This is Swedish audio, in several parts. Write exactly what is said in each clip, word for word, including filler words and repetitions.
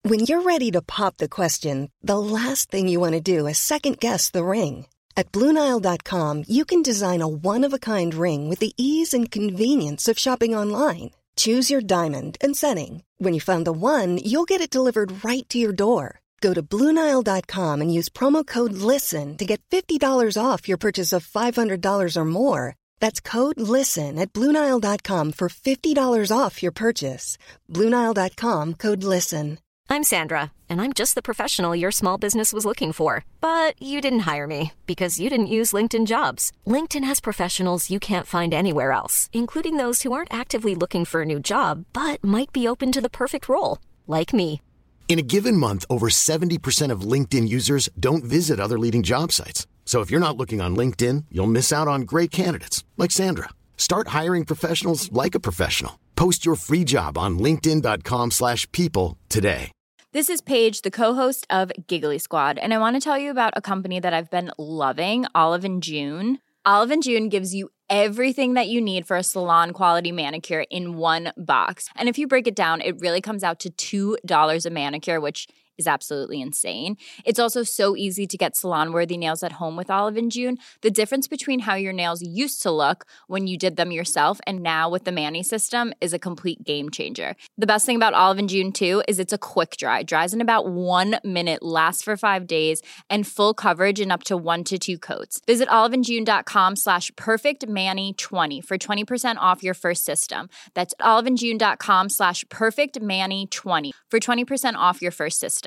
When you're ready to pop the question, the last thing you want to do is second-guess the ring. At Blue Nile dot com, you can design a one-of-a-kind ring with the ease and convenience of shopping online. Choose your diamond and setting. When you find the one, you'll get it delivered right to your door. Go to Blue Nile dot com and use promo code LISTEN to get fifty dollars off your purchase of five hundred dollars or more. That's code LISTEN at Blue Nile dot com for fifty dollars off your purchase. Blue Nile dot com, code LISTEN. I'm Sandra, and I'm just the professional your small business was looking for. But you didn't hire me because you didn't use LinkedIn Jobs. LinkedIn has professionals you can't find anywhere else, including those who aren't actively looking for a new job, but might be open to the perfect role, like me. In a given month, over seventy percent of LinkedIn users don't visit other leading job sites. So if you're not looking on LinkedIn, you'll miss out on great candidates like Sandra. Start hiring professionals like a professional. Post your free job on linkedin dot com slash people today. This is Paige, the co-host of Giggly Squad, and I want to tell you about a company that I've been loving, Olive and June. Olive and June gives you everything that you need for a salon-quality manicure in one box. And if you break it down, it really comes out to two dollars a manicure, which is absolutely insane. It's also so easy to get salon-worthy nails at home with Olive and June. The difference between how your nails used to look when you did them yourself and now with the Mani system is a complete game changer. The best thing about Olive and June, too, is it's a quick dry. Dries in about one minute, lasts for five days, and full coverage in up to one to two coats. Visit oliveandjune.com slash perfectmani20 for twenty percent off your first system. That's oliveandjune.com slash perfectmani20 for twenty percent off your first system.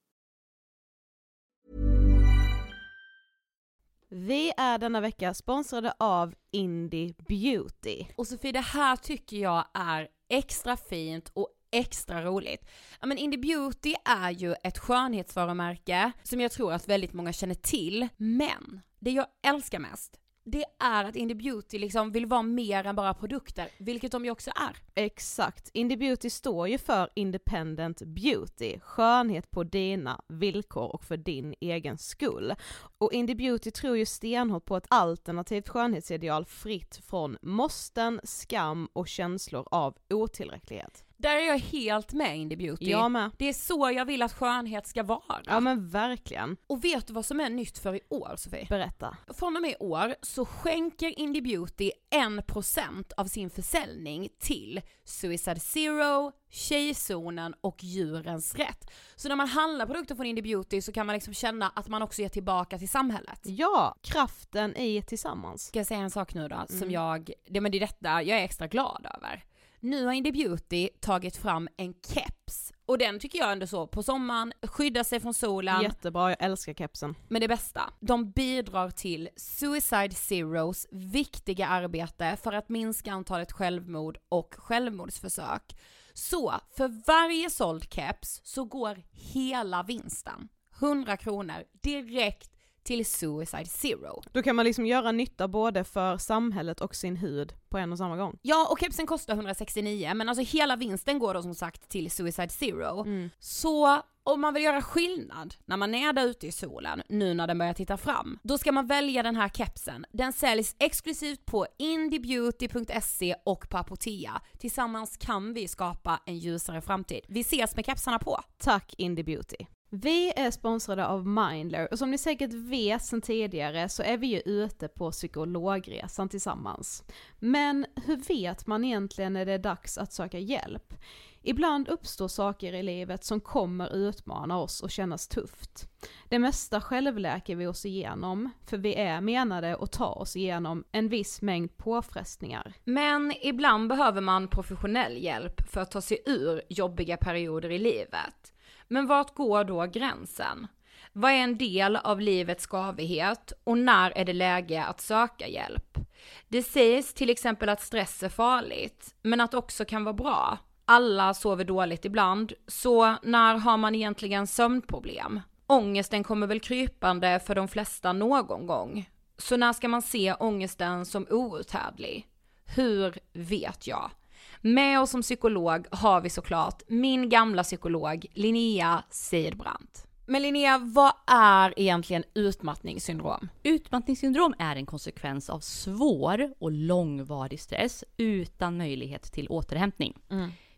Vi är denna vecka sponsrade av Indie Beauty. Och Sofie, det här tycker jag är extra fint och extra roligt. Ja, men Indie Beauty är ju ett skönhetsvarumärke som jag tror att väldigt många känner till. Men det jag älskar mest, det är att Indie Beauty liksom vill vara mer än bara produkter, vilket de ju också är. Exakt. Indie Beauty står ju för Independent Beauty, skönhet på dina villkor och för din egen skull. Och Indie Beauty tror ju stenhårt på ett alternativt skönhetsideal fritt från måsten, skam och känslor av otillräcklighet. Där är jag helt med Indie Beauty. Jag med. Det är så jag vill att skönhet ska vara. Ja men verkligen. Och vet du vad som är nytt för i år, Sofie? Berätta. Från och med i år så skänker Indie Beauty en procent av sin försäljning till Suicide Zero, Tjejzonen och Djurens Rätt. Så när man handlar produkter från Indie Beauty så kan man liksom känna att man också ger tillbaka till samhället. Ja, kraften i tillsammans. Ska jag säga en sak nu då? Mm. Som jag, det, men det är detta jag är extra glad över. Nu har Indie Beauty tagit fram en keps. Och den tycker jag ändå så på sommaren, skyddar sig från solen. Jättebra, jag älskar kepsen. Men det bästa, de bidrar till Suicide Zeros viktiga arbete för att minska antalet självmord och självmordsförsök. Så för varje såld keps så går hela vinsten, hundra kronor, direkt till Suicide Zero. Då kan man liksom göra nytta både för samhället och sin hud på en och samma gång. Ja, och kepsen kostar hundrasextionio, men alltså hela vinsten går då som sagt till Suicide Zero. Mm. Så om man vill göra skillnad när man är där ute i solen, nu när den börjar titta fram, då ska man välja den här kepsen. Den säljs exklusivt på indiebeauty punkt se och på Apotea. Tillsammans kan vi skapa en ljusare framtid. Vi ses med kepsarna på. Tack Indie Beauty. Vi är sponsrade av Mindler och som ni säkert vet sedan tidigare så är vi ju ute på psykologresan tillsammans. Men hur vet man egentligen när det är dags att söka hjälp? Ibland uppstår saker i livet som kommer utmana oss och kännas tufft. Det mesta självläker vi oss igenom, för vi är menade att ta oss igenom en viss mängd påfrestningar. Men ibland behöver man professionell hjälp för att ta sig ur jobbiga perioder i livet. Men vart går då gränsen? Vad är en del av livets skavighet och när är det läge att söka hjälp? Det sägs till exempel att stress är farligt, men att också kan vara bra. Alla sover dåligt ibland, så när har man egentligen sömnproblem? Ångesten kommer väl krypande för de flesta någon gång. Så när ska man se ångesten som outhärdlig? Hur vet jag? Med oss som psykolog har vi såklart min gamla psykolog Linnea Seidbrant. Men Linnea, vad är egentligen utmattningssyndrom? Utmattningssyndrom är en konsekvens av svår och långvarig stress utan möjlighet till återhämtning. Mm.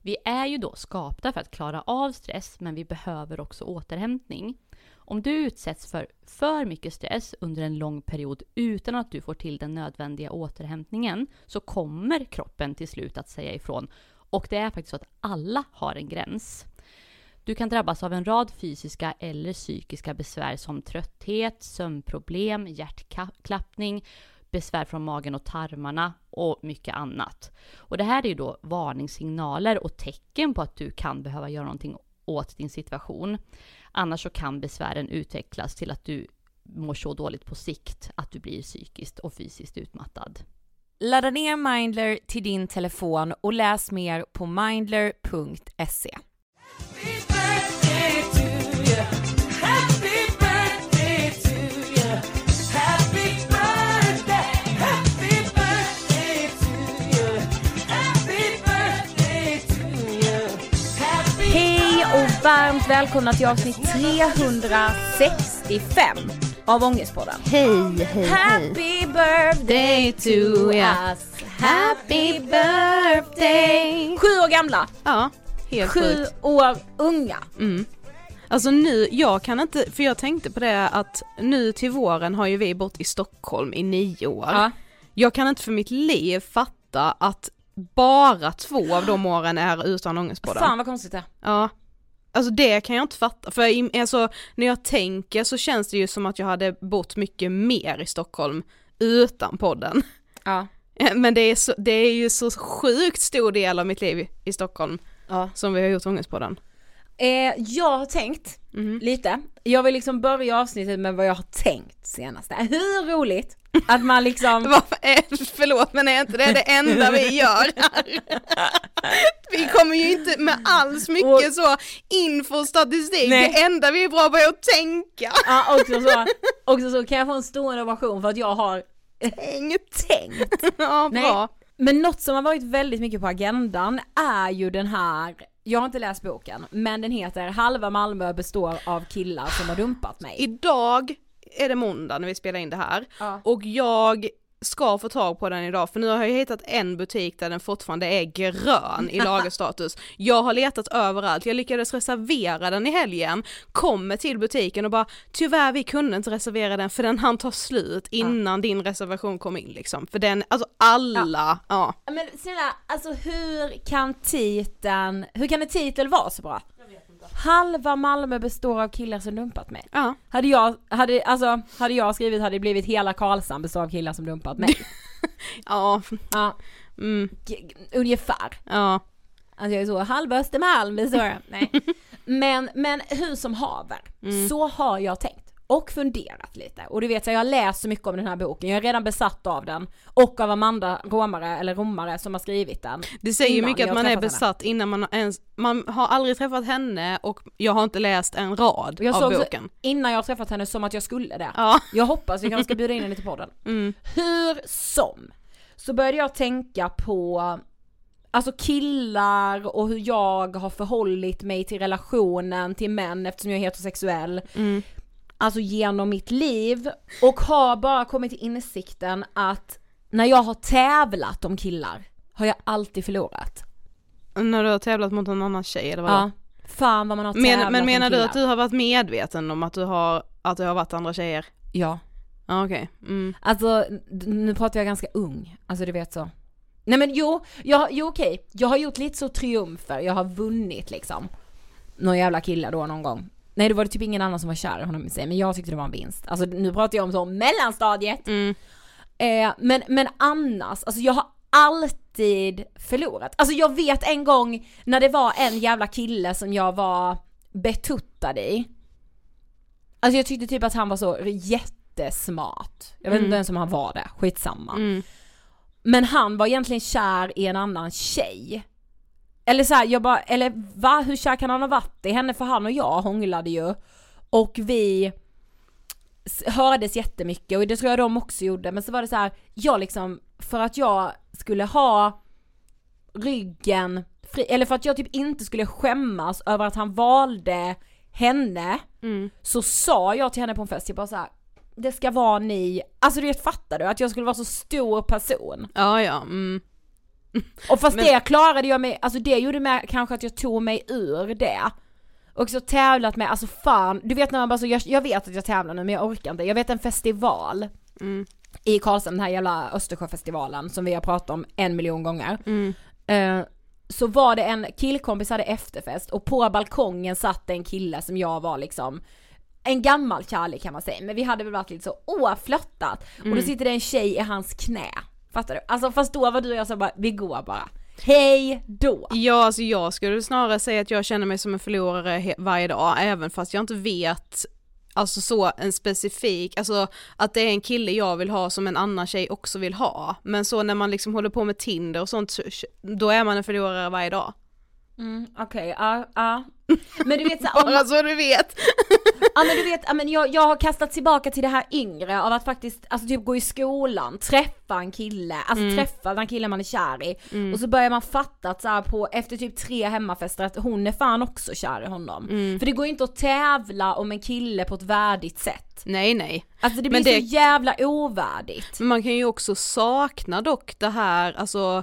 Vi är ju då skapta för att klara av stress, men vi behöver också återhämtning. Om du utsätts för för mycket stress under en lång period utan att du får till den nödvändiga återhämtningen, så kommer kroppen till slut att säga ifrån. Och det är faktiskt så att alla har en gräns. Du kan drabbas av en rad fysiska eller psykiska besvär som trötthet, sömnproblem, hjärtklappning, besvär från magen och tarmarna och mycket annat. Och det här är ju då varningssignaler och tecken på att du kan behöva göra någonting åt din situation. Annars så kan besvären utvecklas till att du mår så dåligt på sikt att du blir psykiskt och fysiskt utmattad. Ladda ner Mindler till din telefon och läs mer på mindler punkt se. Varmt välkomna till avsnitt trehundrasextiofem av Ångestpodden. Hej, hej, Happy birthday to us. Happy birthday. Sju år gamla. Ja, helt Sju sjukt. år unga. Mm. Alltså nu, jag kan inte, för jag tänkte på det att nu till våren har ju vi bott i Stockholm i nio år. Ja. Jag kan inte för mitt liv fatta att bara två av de åren är utan Ångestpodden. Fan vad konstigt det. Ja. Alltså det kan jag inte fatta, för i, alltså, när jag tänker så känns det ju som att jag hade bott mycket mer i Stockholm utan podden. Ja. Men det är, så, det är ju så sjukt stor del av mitt liv i Stockholm, Ja. som vi har gjort Ångestpodden. Eh, jag har tänkt Mm. lite. Jag vill liksom börja avsnittet med vad jag har tänkt senast. Hur roligt att man liksom... Varför är, förlåt, men är inte det det enda vi gör här? Vi kommer ju inte med alls mycket Och, så info och statistik. Nej. Det enda vi är bra på är att tänka. Ja, också så, också så kan jag få en stor ovation för att jag har Tänkt. tänkt. Ja, Nej. bra. Men något som har varit väldigt mycket på agendan är ju den här, jag har inte läst boken, men den heter Halva Malmö består av killar som har dumpat mig. Idag är det måndag när vi spelar in det här. Ja. Och jag ska få tag på den idag, för nu har jag hittat en butik där den fortfarande är grön i lagerstatus. Jag har letat överallt, jag lyckades reservera den i helgen, kommer till butiken och bara, tyvärr vi kunde inte reservera den för den hann ta slut innan ja. din reservation kom in liksom. För den, alltså alla, ja. ja. Men snälla, alltså hur kan titeln, hur kan en titel vara så bra? Halva Malmö består av killar som dumpat mig. Ja. Hade jag, hade, alltså, hade jag skrivit hade det blivit hela Karlshamn består av killar som dumpat mig. Ja. Ja. Mm. G- ungefär. Ja. Alltså jag är så, halva Östermalm består. Nej. Men, men hur som haver, mm. så har jag tänkt och funderat lite. Och du vet, jag har läst så mycket om den här boken. Jag är redan besatt av den. Och av Amanda Romare, eller Romare, som har skrivit den. Det säger ju mycket att man är besatt henne. Innan man ens, man har aldrig träffat henne och jag har inte läst en rad jag av boken. Innan jag har träffat henne som att jag skulle det. Ja. Jag hoppas vi kanske ska bjuda in henne till podden. Mm. Hur som, så började jag tänka på alltså killar och hur jag har förhållit mig till relationen till män eftersom jag är heterosexuell. Mm. Alltså genom mitt liv, och har bara kommit till insikten att när jag har tävlat om killar har jag alltid förlorat. När du har tävlat mot en annan tjej eller vad? Ja, fan vad man har tävlat Men, men menar om du killar. att du har varit medveten om att du har, att det har varit andra tjejer? Ja. Ja, okej. Okay. Mm. Alltså, nu pratar jag ganska ung. Alltså du vet så. Nej men jo, jag, jo okej. Jag har gjort lite så triumfer. Jag har vunnit liksom. Någon jävla kille då någon gång. Nej, det var det typ ingen annan som var kär i honom i sig. Men jag tyckte det var en vinst. Alltså nu pratar jag om så mellanstadiet. Mm. Eh, men, men annars, alltså jag har alltid förlorat. Alltså jag vet en gång när det var en jävla kille som jag var betuttad i. Alltså jag tyckte typ att han var så jättesmart. Jag vet Mm. inte ens om han var det. Skitsamma. Mm. Men han var egentligen kär i en annan tjej. Eller så här, jag bara, eller va, hur kär kan han ha varit i henne? För han och jag hånglade ju. Och vi hördes jättemycket. Och det tror jag de också gjorde. Men så var det så här, jag liksom, för att jag skulle ha ryggen fri, eller för att jag typ inte skulle skämmas över att han valde henne. Mm. Så sa jag till henne på en fest, jag bara så här, det ska vara ni. Alltså du vet, fattar du att jag skulle vara så stor person? Ja, ja. Mm. Och fast Men- det klarade jag mig, alltså det gjorde mig kanske att jag tog mig ur det. Och så tävlat med, alltså fan, du vet när man bara så, jag, jag vet att jag tävlar nu men jag orkar inte. Jag vet en festival Mm. i Karlshamn, den här jävla Östersjöfestivalen som vi har pratat om en miljon gånger. Mm. Eh, så var det en killkompis hade efterfest och på balkongen satt en kille som jag var liksom en gammal kärlek kan man säga, men vi hade väl varit lite så åh flottat. Mm. Och då sitter det en tjej i hans knä. Fattar du? Alltså fast då var du och jag så bara, vi går bara. Hej då. Ja, alltså jag skulle snarare säga att jag känner mig som en förlorare he- varje dag, även fast jag inte vet alltså så en specifik, alltså att det är en kille jag vill ha som en annan tjej också vill ha. Men så när man liksom håller på med Tinder och sånt, då är man en förlorare varje dag. Mm, okej, okay, ja, uh, ja. Uh. Men du vet så om, Bara så du vet. ja men du vet, ja, men jag, jag har kastat tillbaka till det här yngre av att faktiskt, alltså typ gå i skolan, träffa en kille, alltså Mm. träffa den killen man är kär i. Mm. Och så börjar man fatta att så här på, efter typ tre hemmafester att hon är fan också kär i honom. Mm. För det går ju inte att tävla om en kille på ett värdigt sätt. Nej, nej. Alltså det blir Men det- så jävla ovärdigt. Men man kan ju också sakna dock det här, alltså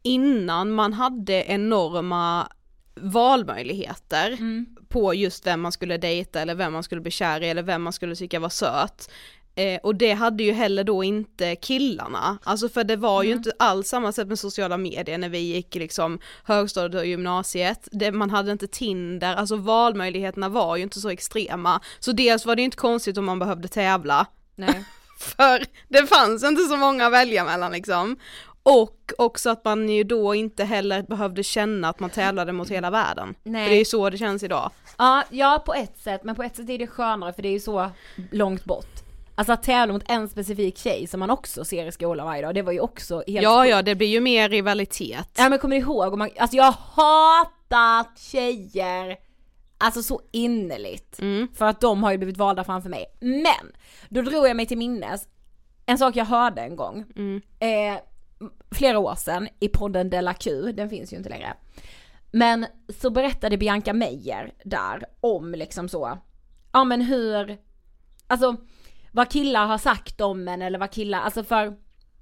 innan man hade enorma valmöjligheter Mm. på just vem man skulle dejta eller vem man skulle bli kär i eller vem man skulle tycka var söt. Eh, och det hade ju heller då inte killarna. Alltså för det var ju Mm. inte alls samma sätt med sociala medier när vi gick liksom högstadiet och gymnasiet. Det, man hade inte Tinder, alltså valmöjligheterna var ju inte så extrema. Så dels var det ju inte konstigt om man behövde tävla. Nej. För det fanns inte så många att välja mellan liksom. Och också att man ju då inte heller behövde känna att man tävlade mot hela världen. Nej. För det är ju så det känns idag. Ja, ja, på ett sätt, men på ett sätt är det skönare för det är ju så långt bort. Alltså att tävla mot en specifik tjej som man också ser i skolan varje dag, det var ju också helt Ja, sjukt. ja, det blir ju mer rivalitet. Ja men kommer ni ihåg, om man, alltså jag har hatat tjejer alltså så innerligt Mm. för att de har ju blivit valda framför mig. Men, då drog jag mig till minnes en sak jag hörde en gång. Mm. Eh, flera år sedan i podden De La Q, den finns ju inte längre. Men så berättade Bianca Meijer där om liksom så, ja men hur, alltså vad killar har sagt om en eller vad killar, alltså för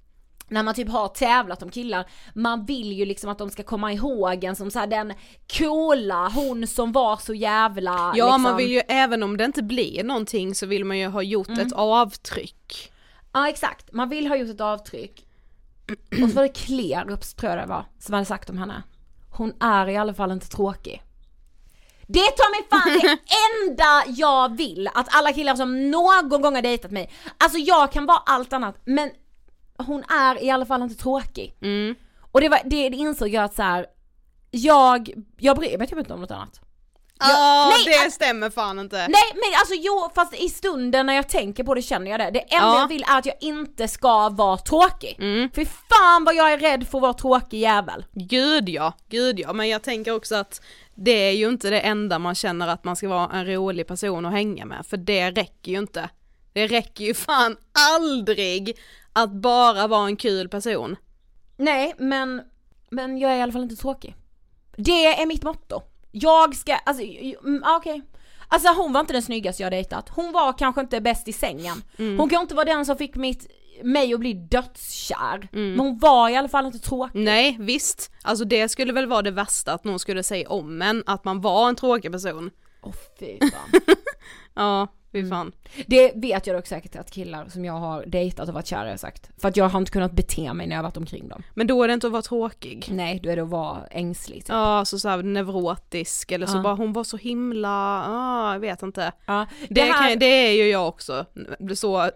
när man typ har tävlat om killar, man vill ju liksom att de ska komma ihåg en som så här den coola, hon som var så jävla Ja, liksom. man vill ju, även om det inte blir någonting så vill man ju ha gjort Mm. ett avtryck. Ja exakt, man vill ha gjort ett avtryck. Och så var det Klerups tror jag det var som hade sagt om henne, hon är i alla fall inte tråkig. Det tar mig fan det enda jag vill, att alla killar som någon gång har dejtat mig, alltså jag kan vara allt annat, men hon är i alla fall inte tråkig. Mm. Och det, var, det, det insåg jag att så här, jag, jag bryr mig typ inte om något annat. Ja, nej, det att- stämmer fan inte. Nej men alltså jo, fast i stunden när jag tänker på det känner jag det. Det enda Ja. jag vill är att jag inte ska vara tråkig. Mm. För fan vad jag är rädd för att vara tråkig jävel. Gud ja, gud ja, men jag tänker också att det är ju inte det enda man känner att man ska vara en rolig person att hänga med, för det räcker ju inte. Det räcker ju fan aldrig att bara vara en kul person. Nej men, men jag är i alla fall inte tråkig. Det är mitt motto. Jag ska, alltså mm, okej okay. Alltså hon var inte den snyggaste jag dejtat. Hon var kanske inte bäst i sängen. Mm. Hon kan inte vara den som fick mitt, mig att bli dödskär. Mm. Men hon var i alla fall inte tråkig. Nej, visst. Alltså det skulle väl vara det värsta att någon skulle säga om en, att man var en tråkig person. Åh oh, fy fan. Ja, fy fan. Det vet jag dock säkert att killar som jag har dejtat och varit kära har sagt. För att jag har inte kunnat bete mig när jag varit omkring dem. Men då är det inte att vara tråkig. Nej, då är det att vara ängslig typ. Ja, så såhär neurotisk eller så Ja. bara hon var så himla, ja, jag vet inte. Ja, Det, här- kan, det är ju jag också. Så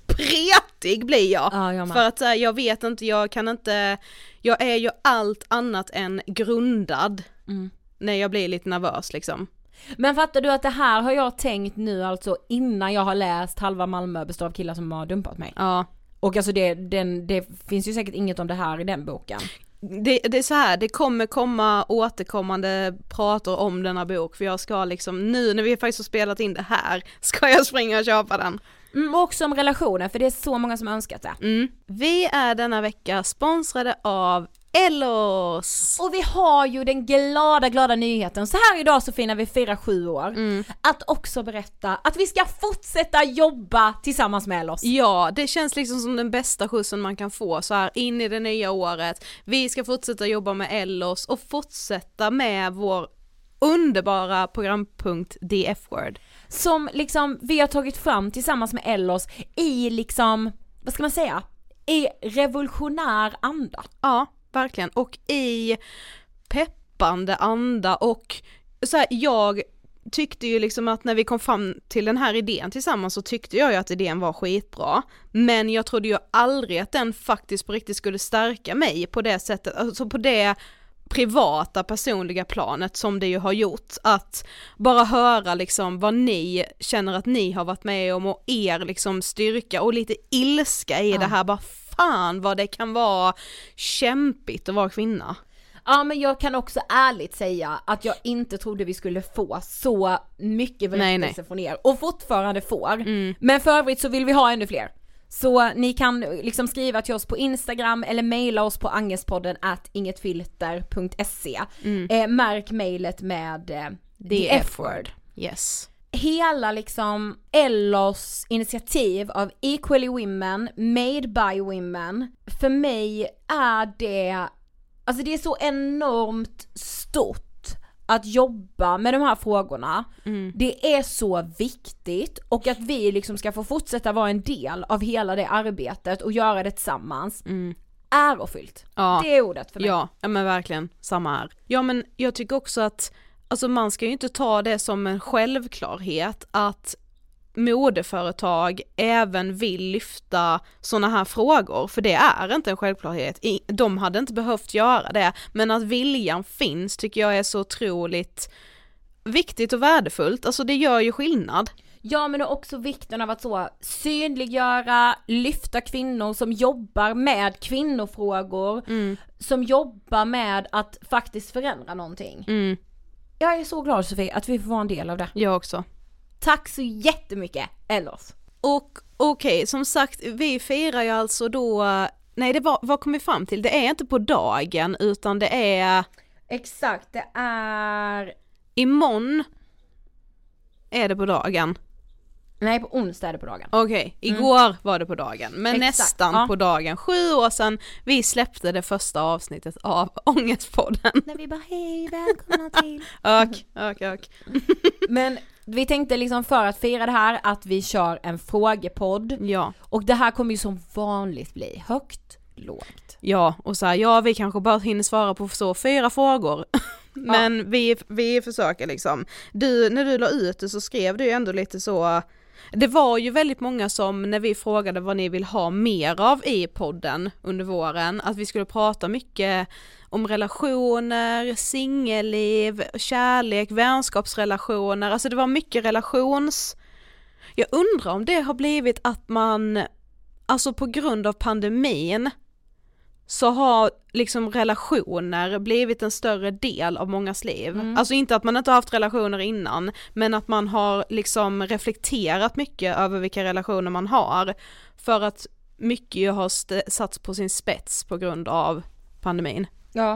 spretig blir jag. Ja, jag med. För att så här, jag vet inte, jag kan inte, jag är ju allt annat än grundad Mm. när jag blir lite nervös liksom. Men fattar du att det här har jag tänkt nu alltså innan jag har läst Halva Malmö består av killar som har dumpat mig. Ja. Och alltså det, den, det finns ju säkert inget om det här i den boken. Det, det är så här, det kommer komma återkommande pratar om denna bok, för jag ska liksom, nu när vi faktiskt har spelat in det här, ska jag springa och köpa den. Mm, och också om relationer, för det är så många som har önskat det. Mm. Vi är denna vecka sponsrade av Ellos! Och vi har ju den glada, glada nyheten. Så här idag så firar vi firar sju år. Mm. Att också berätta att vi ska fortsätta jobba tillsammans med Ellos. Ja, det känns liksom som den bästa skjutsen man kan få så här in i det nya året. Vi ska fortsätta jobba med Ellos och fortsätta med vår underbara programpunkt The F-word. Som liksom vi har tagit fram tillsammans med Ellos i liksom, vad ska man säga? I revolutionär anda. Ja, verkligen. Och i peppande anda och så här, jag tyckte ju liksom att när vi kom fram till den här idén tillsammans så tyckte jag ju att idén var skitbra. Men jag trodde ju aldrig att den faktiskt på riktigt skulle stärka mig på det sättet, alltså på det privata personliga planet som det ju har gjort, att bara höra liksom vad ni känner att ni har varit med om och er liksom styrka och lite ilska i ja. det här, bara fan vad det kan vara kämpigt att vara kvinna. Ja, men jag kan också ärligt säga att jag inte trodde vi skulle få så mycket berättelser från er och fortfarande får. Mm. Men för övrigt så vill vi ha ännu fler. Så ni kan liksom skriva till oss på Instagram eller mejla oss på angespodden at ingetfilter punkt se. Mm. Eh, märk mejlet med eh, The F-word. Yes. Hela liksom Ellos initiativ av Equally Women, Made by Women, för mig är det, alltså det är så enormt stort att jobba med de här frågorna. Mm. Det är så viktigt, och att vi liksom ska få fortsätta vara en del av hela det arbetet och göra det tillsammans. Mm. Ärofyllt. Ja. Det är ordet för mig. Ja, ja men verkligen, samma här. Ja, men jag tycker också att alltså man ska ju inte ta det som en självklarhet att modeföretag även vill lyfta såna här frågor, för det är inte en självklarhet. De hade inte behövt göra det, men att viljan finns tycker jag är så otroligt viktigt och värdefullt. Alltså det gör ju skillnad. Ja, men också vikten av att så synliggöra, lyfta kvinnor som jobbar med kvinnofrågor, mm. som jobbar med att faktiskt förändra någonting. Mm. Jag är så glad, Sofie, att vi får vara en del av det. Jag också. Tack så jättemycket, Ellos. Och okej, okay, som sagt, vi firar ju alltså då, nej det var, vad kom vi fram till? Det är inte på dagen, utan det är... Exakt, det är... Imorgon är det på dagen. Nej, på onsdag är det på dagen. Okej, okay, igår mm. var det på dagen, men exakt, nästan ja. på dagen. Sju år sedan vi släppte det första avsnittet av Ångestpodden. När vi bara, hej, välkomna till. Ök, ök, ök. Men vi tänkte liksom för att fira det här att vi kör en frågepodd. Ja. Och det här kommer ju som vanligt bli högt, lågt. Ja, och så här, ja vi kanske bara hinner svara på så fyra frågor. Men ja. vi, vi försöker liksom. Du, när du la ut det så skrev du ju ändå lite så... Det var ju väldigt många som när vi frågade vad ni vill ha mer av i podden under våren, att vi skulle prata mycket om relationer, singelliv, kärlek, vänskapsrelationer, alltså det var mycket relations... Jag undrar om det har blivit att man, alltså på grund av pandemin så har liksom relationer blivit en större del av mångas liv. Mm. Alltså inte att man inte har haft relationer innan, men att man har liksom reflekterat mycket över vilka relationer man har, för att mycket ju har st- satts på sin spets på grund av pandemin. Ja.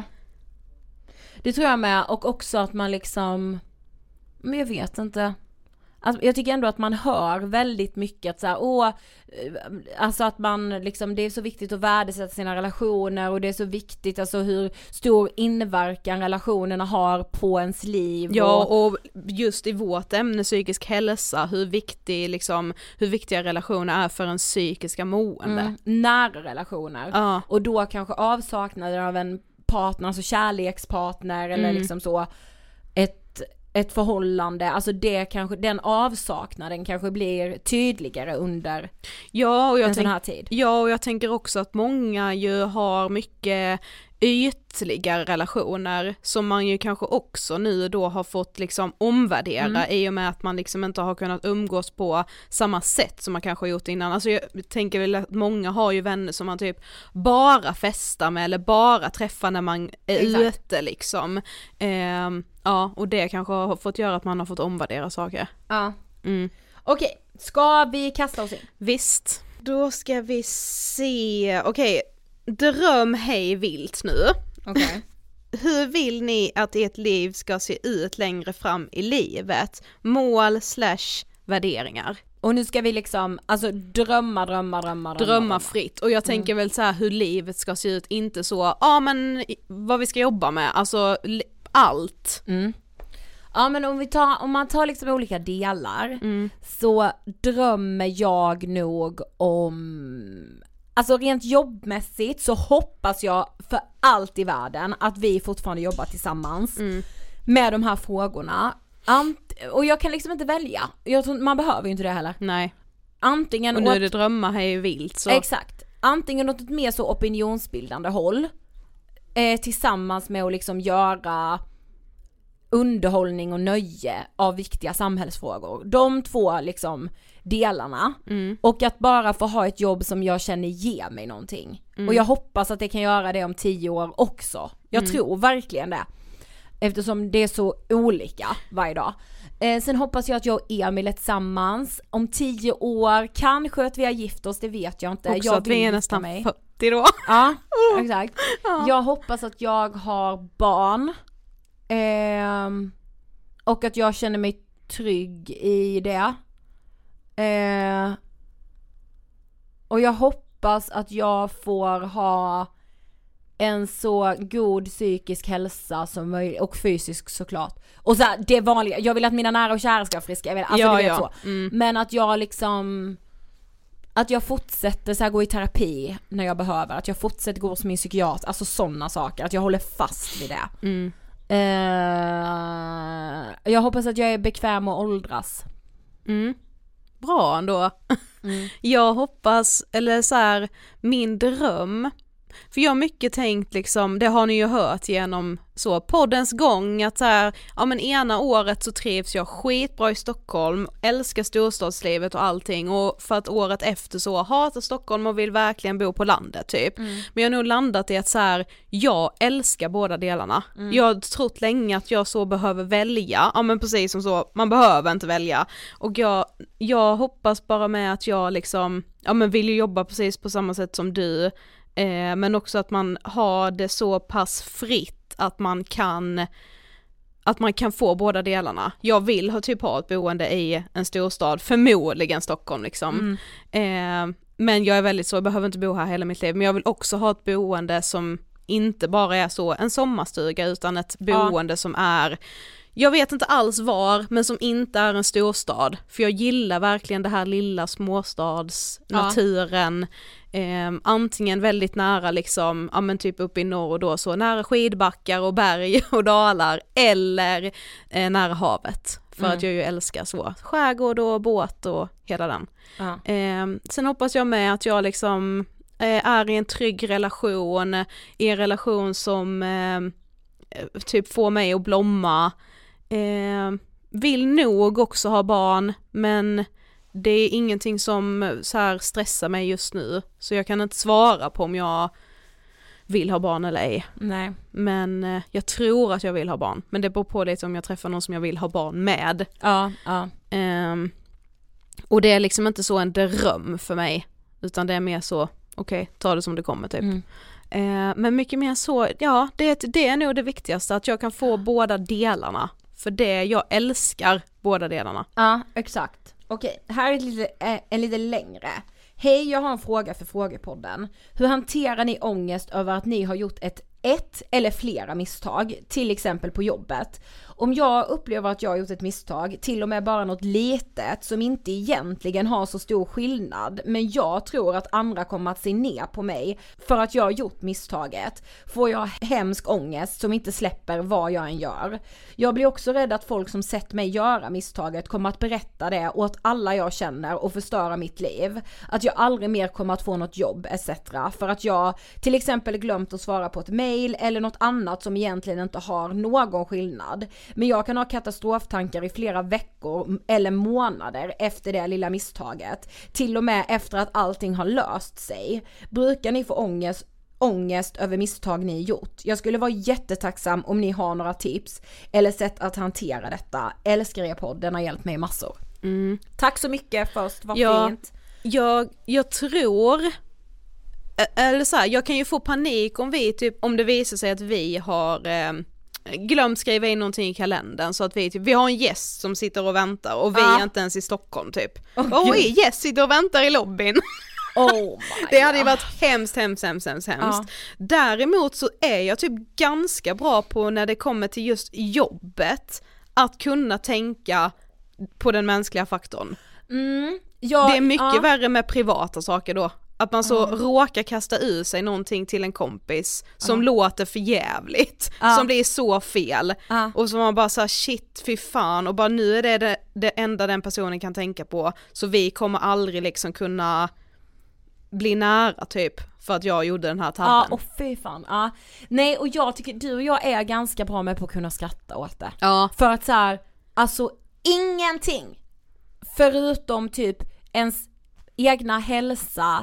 Det tror jag med, och också att man liksom, men jag vet inte. Alltså, jag tycker ändå att man hör väldigt mycket att så här, åh, alltså att man liksom, det är så viktigt att värdesätta sina relationer, och det är så viktigt alltså hur stor inverkan relationerna har på ens liv. Ja, och, och just i vårt ämne psykisk hälsa, hur viktig liksom, hur viktiga relationer är för en psykiska mående. Mm, nära relationer. Ja. Och då kanske avsaknaden av en partner, alltså kärlekspartner eller mm. liksom så ett ett förhållande, alltså det kanske, den avsaknaden kanske blir tydligare under ja, och jag en tänk, sån här tid. Ja, och jag tänker också att många ju har mycket ytliga relationer som man ju kanske också nu då har fått liksom omvärdera mm. i och med att man liksom inte har kunnat umgås på samma sätt som man kanske har gjort innan. Alltså jag tänker väl att många har ju vänner som man typ bara festar med eller bara träffar när man är Exakt. ute liksom. Ehm, ja, och det kanske har fått göra att man har fått omvärdera saker. Ja. Mm. Okej, ska vi kasta oss in? Visst. Då ska vi se. Okej. dröm hej vilt nu. Okej. Okay. Hur vill ni att ert liv ska se ut längre fram i livet? Mål slash värderingar. Och nu ska vi liksom, alltså drömma, drömma, drömma, drömma. Drömma fritt. Och jag tänker mm. väl så här hur livet ska se ut, inte så, ja ah, men vad vi ska jobba med, alltså allt. Mm. Ja men om vi tar, om man tar liksom olika delar mm. så drömmer jag nog om, alltså rent jobbmässigt så hoppas jag för allt i världen att vi fortfarande jobbar tillsammans mm. med de här frågorna. Ant- och jag kan liksom inte välja. Jag tror, man behöver ju inte det heller. Nej. Antingen och nu åt, är det drömmar hej vilt så. Exakt. Antingen åt ett mer så opinionsbildande håll eh, tillsammans med att liksom göra underhållning och nöje av viktiga samhällsfrågor. De två liksom delarna. Mm. Och att bara få ha ett jobb som jag känner ger mig någonting. Mm. Och jag hoppas att det kan göra det om tio år också. Jag mm. tror verkligen det. Eftersom det är så olika varje dag. Eh, sen hoppas jag att jag och Emil är tillsammans om tio år. Kanske att vi har gift oss, det vet jag inte. Också jag att vi är nästan mig. fyrtio då. Ja, exakt. Ja. Jag hoppas att jag har barn. Eh, och att jag känner mig trygg i det. Eh, och jag hoppas att jag får ha en så god psykisk hälsa som möjligt och fysisk såklart. Och så här, det vanliga, jag vill att mina nära och kära ska vara friska, jag vet, alltså ja, du vet ja. så. Mm. Men att jag liksom att jag fortsätter så här, gå i terapi när jag behöver, att jag fortsätter gå hos min psykiater, alltså sådana saker, att jag håller fast vid det. Mm. Uh, jag hoppas att jag är bekväm och åldras. Mm. Bra ändå. Mm. Jag hoppas, eller så här, min dröm, för jag har mycket tänkt liksom, det har ni ju hört genom så poddens gång, att så här, ja men ena året så trivs jag skitbra i Stockholm, älskar storstadslivet och allting, och för att året efter så hatar Stockholm och vill verkligen bo på landet typ. Mm. Men jag har nog landat i att så här, jag älskar båda delarna. Mm. Jag har trott länge att jag så behöver välja, ja men precis som så, man behöver inte välja. Och jag, jag hoppas bara med att jag liksom, ja men vill ju jobba precis på samma sätt som du. Eh, men också att man har det så pass fritt att man kan att man kan få båda delarna. Jag vill ha typ ha ett boende i en storstad, förmodligen Stockholm liksom. Mm. Eh, men jag är väldigt så, jag behöver inte bo här hela mitt liv, men jag vill också ha ett boende som inte bara är så en sommarstuga, utan ett boende ja. som är, jag vet inte alls var, men som inte är en storstad. För jag gillar verkligen det här lilla småstads naturen. Eh, antingen väldigt nära liksom, ja men typ uppe i norr då, så nära skidbackar och berg och dalar, eller eh, nära havet. För Mm. att jag ju älskar så skärgård och båt och hela den. Ja. Eh, sen hoppas jag med att jag liksom eh, är i en trygg relation, i en relation som eh, typ får mig att blomma. Eh, vill nog också ha barn, men det är ingenting som så här stressar mig just nu, så jag kan inte svara på om jag vill ha barn eller ej. Nej. Men eh, jag tror att jag vill ha barn, men det beror på lite om jag träffar någon som jag vill ha barn med. Ja, ja. Eh, och det är liksom inte så en dröm för mig, utan det är mer så, okej, okay, ta det som det kommer typ. Mm. Eh, men mycket mer så, ja, det, det är nog det viktigaste, att jag kan få båda delarna. För det, jag älskar båda delarna. Ja, exakt. Okej, här är lite, eh, en lite längre. Hej, jag har en fråga för Frågepodden. Hur hanterar ni ångest över att ni har gjort ett ett eller flera misstag, till exempel på jobbet? Om jag upplever att jag har gjort ett misstag, till och med bara något litet som inte egentligen har så stor skillnad, men jag tror att andra kommer att se ner på mig för att jag har gjort misstaget, får jag hemsk ångest som inte släpper vad jag än gör. Jag blir också rädd att folk som sett mig göra misstaget kommer att berätta det åt alla jag känner och förstöra mitt liv. Att jag aldrig mer kommer att få något jobb et cetera. För att jag till exempel glömt att svara på ett mejl eller något annat som egentligen inte har någon skillnad. Men jag kan ha katastroftankar i flera veckor eller månader efter det lilla misstaget. Till och med efter att allting har löst sig. Brukar ni få ångest ångest över misstag ni gjort? Jag skulle vara jättetacksam om ni har några tips eller sätt att hantera detta. Älskar er podd, den har hjälpt mig massor. Mm. Tack så mycket först, vad ja, fint. Jag, jag tror eller så här, jag kan ju få panik om vi typ, om det visar sig att vi har eh, glömt skriva in någonting i kalendern, så att vi typ, vi har en gäst som sitter och väntar och vi ah. är inte ens i Stockholm typ. Och oh, gäst sitter och väntar i lobbyn. Oh det hade ju varit hemskt, hemskt, hemskt, hemskt, hemskt. Ja. Däremot så är jag typ ganska bra på när det kommer till just jobbet att kunna tänka på den mänskliga faktorn. Mm, ja, det är mycket ja. värre med privata saker då. Att man så mm. råkar kasta ur sig någonting till en kompis som mm. låter för jävligt, mm. som blir så fel. Mm. Och så man bara så här, shit, fy fan. Och bara nu är det, det det enda den personen kan tänka på. Så vi kommer aldrig liksom kunna bli nära typ för att jag gjorde den här tabben. Ja, och fy fan. Ja. Nej, och jag tycker du och jag är ganska bra med på att kunna skratta åt det. Ja. För att så här, alltså ingenting förutom typ ens egna hälsa,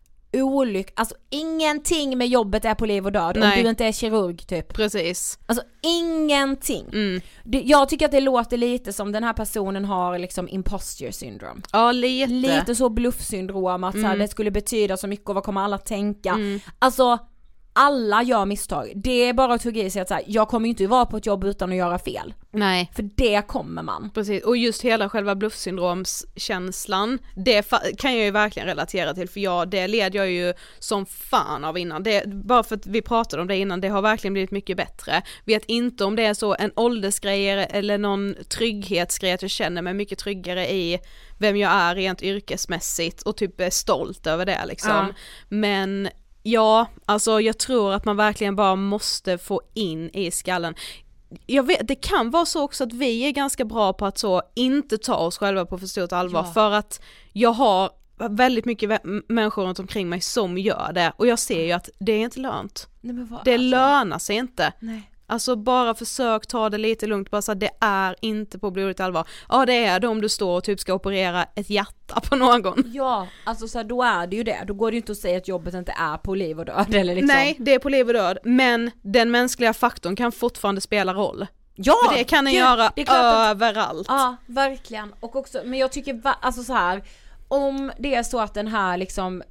olyck, alltså ingenting med jobbet är på liv och död. Nej. Om du inte är kirurg typ. Precis. Alltså ingenting. Mm. Det, jag tycker att det låter lite som den här personen har liksom imposter syndrome. Ja, lite. Lite så bluffsyndrom att mm. så här, det skulle betyda så mycket och vad kommer alla tänka. Mm. Alltså alla gör misstag. Det är bara att tugga i sig att så här, jag kommer inte vara på ett jobb utan att göra fel. Nej. För det kommer man. Precis, och just hela själva bluffsyndromskänslan, det fa- kan jag ju verkligen relatera till, för jag, det led jag ju som fan av innan. Det, bara för att vi pratade om det innan, det har verkligen blivit mycket bättre. Vet inte om det är så en åldersgrej eller någon trygghetsgrej, att jag känner mig mycket tryggare i vem jag är rent yrkesmässigt och typ är stolt över det liksom. Ja. Men ja, alltså jag tror att man verkligen bara måste få in i skallen. Jag vet, det kan vara så också att vi är ganska bra på att så inte ta oss själva på för stort allvar, ja. För att jag har väldigt mycket vä- människor runt omkring mig som gör det, och jag ser ju att det är inte lönt. Nej, men vad, det alltså, lönar sig inte. Nej. Alltså bara försök ta det lite lugnt, bara så att det är inte på blodigt allvar. Ja, det är det om du står och typ ska operera ett hjärta på någon. Ja, alltså så här, då är det ju det. Då går det ju inte att säga att jobbet inte är på liv och död eller liksom. Nej, det är på liv och död, men den mänskliga faktorn kan fortfarande spela roll. Ja, för det kan den det, göra det är överallt. Att, ja, verkligen. Och också, men jag tycker alltså så här, om det är så att den här liksom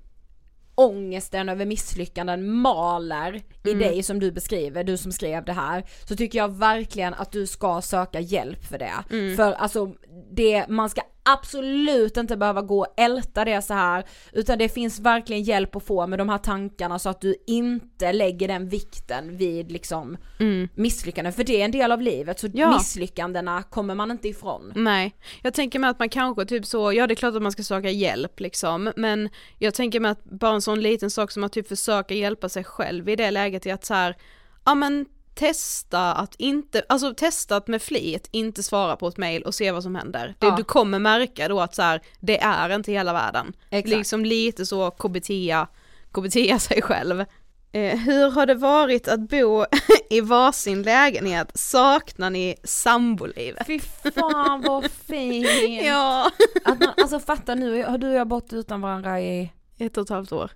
ångesten över misslyckanden maler mm. i dig som du beskriver, du som skrev det här, så tycker jag verkligen att du ska söka hjälp för det. Mm. För alltså det, man ska absolut inte behöva gå och älta det så här, utan det finns verkligen hjälp att få med de här tankarna, så att du inte lägger den vikten vid liksom mm. misslyckanden, för det är en del av livet, så ja. Misslyckandena kommer man inte ifrån. Nej, jag tänker mig att man kanske typ så, ja det är klart att man ska söka hjälp liksom, men jag tänker mig att bara en sån liten sak som att typ försöka hjälpa sig själv i det läget är att så här, ja men testa att inte, alltså testa att med flit inte svara på ett mejl och se vad som händer. Det, ja. Du kommer märka då att så här, det är inte hela världen. Exakt. Liksom lite så K B T-a, K B T-a sig själv. Eh, hur har det varit att bo i varsin lägenhet? Saknar ni sambolivet? Fy fan vad fint. Ja. Att man, alltså fatta nu, har du och jag bott utan varandra i ett och ett halvt år.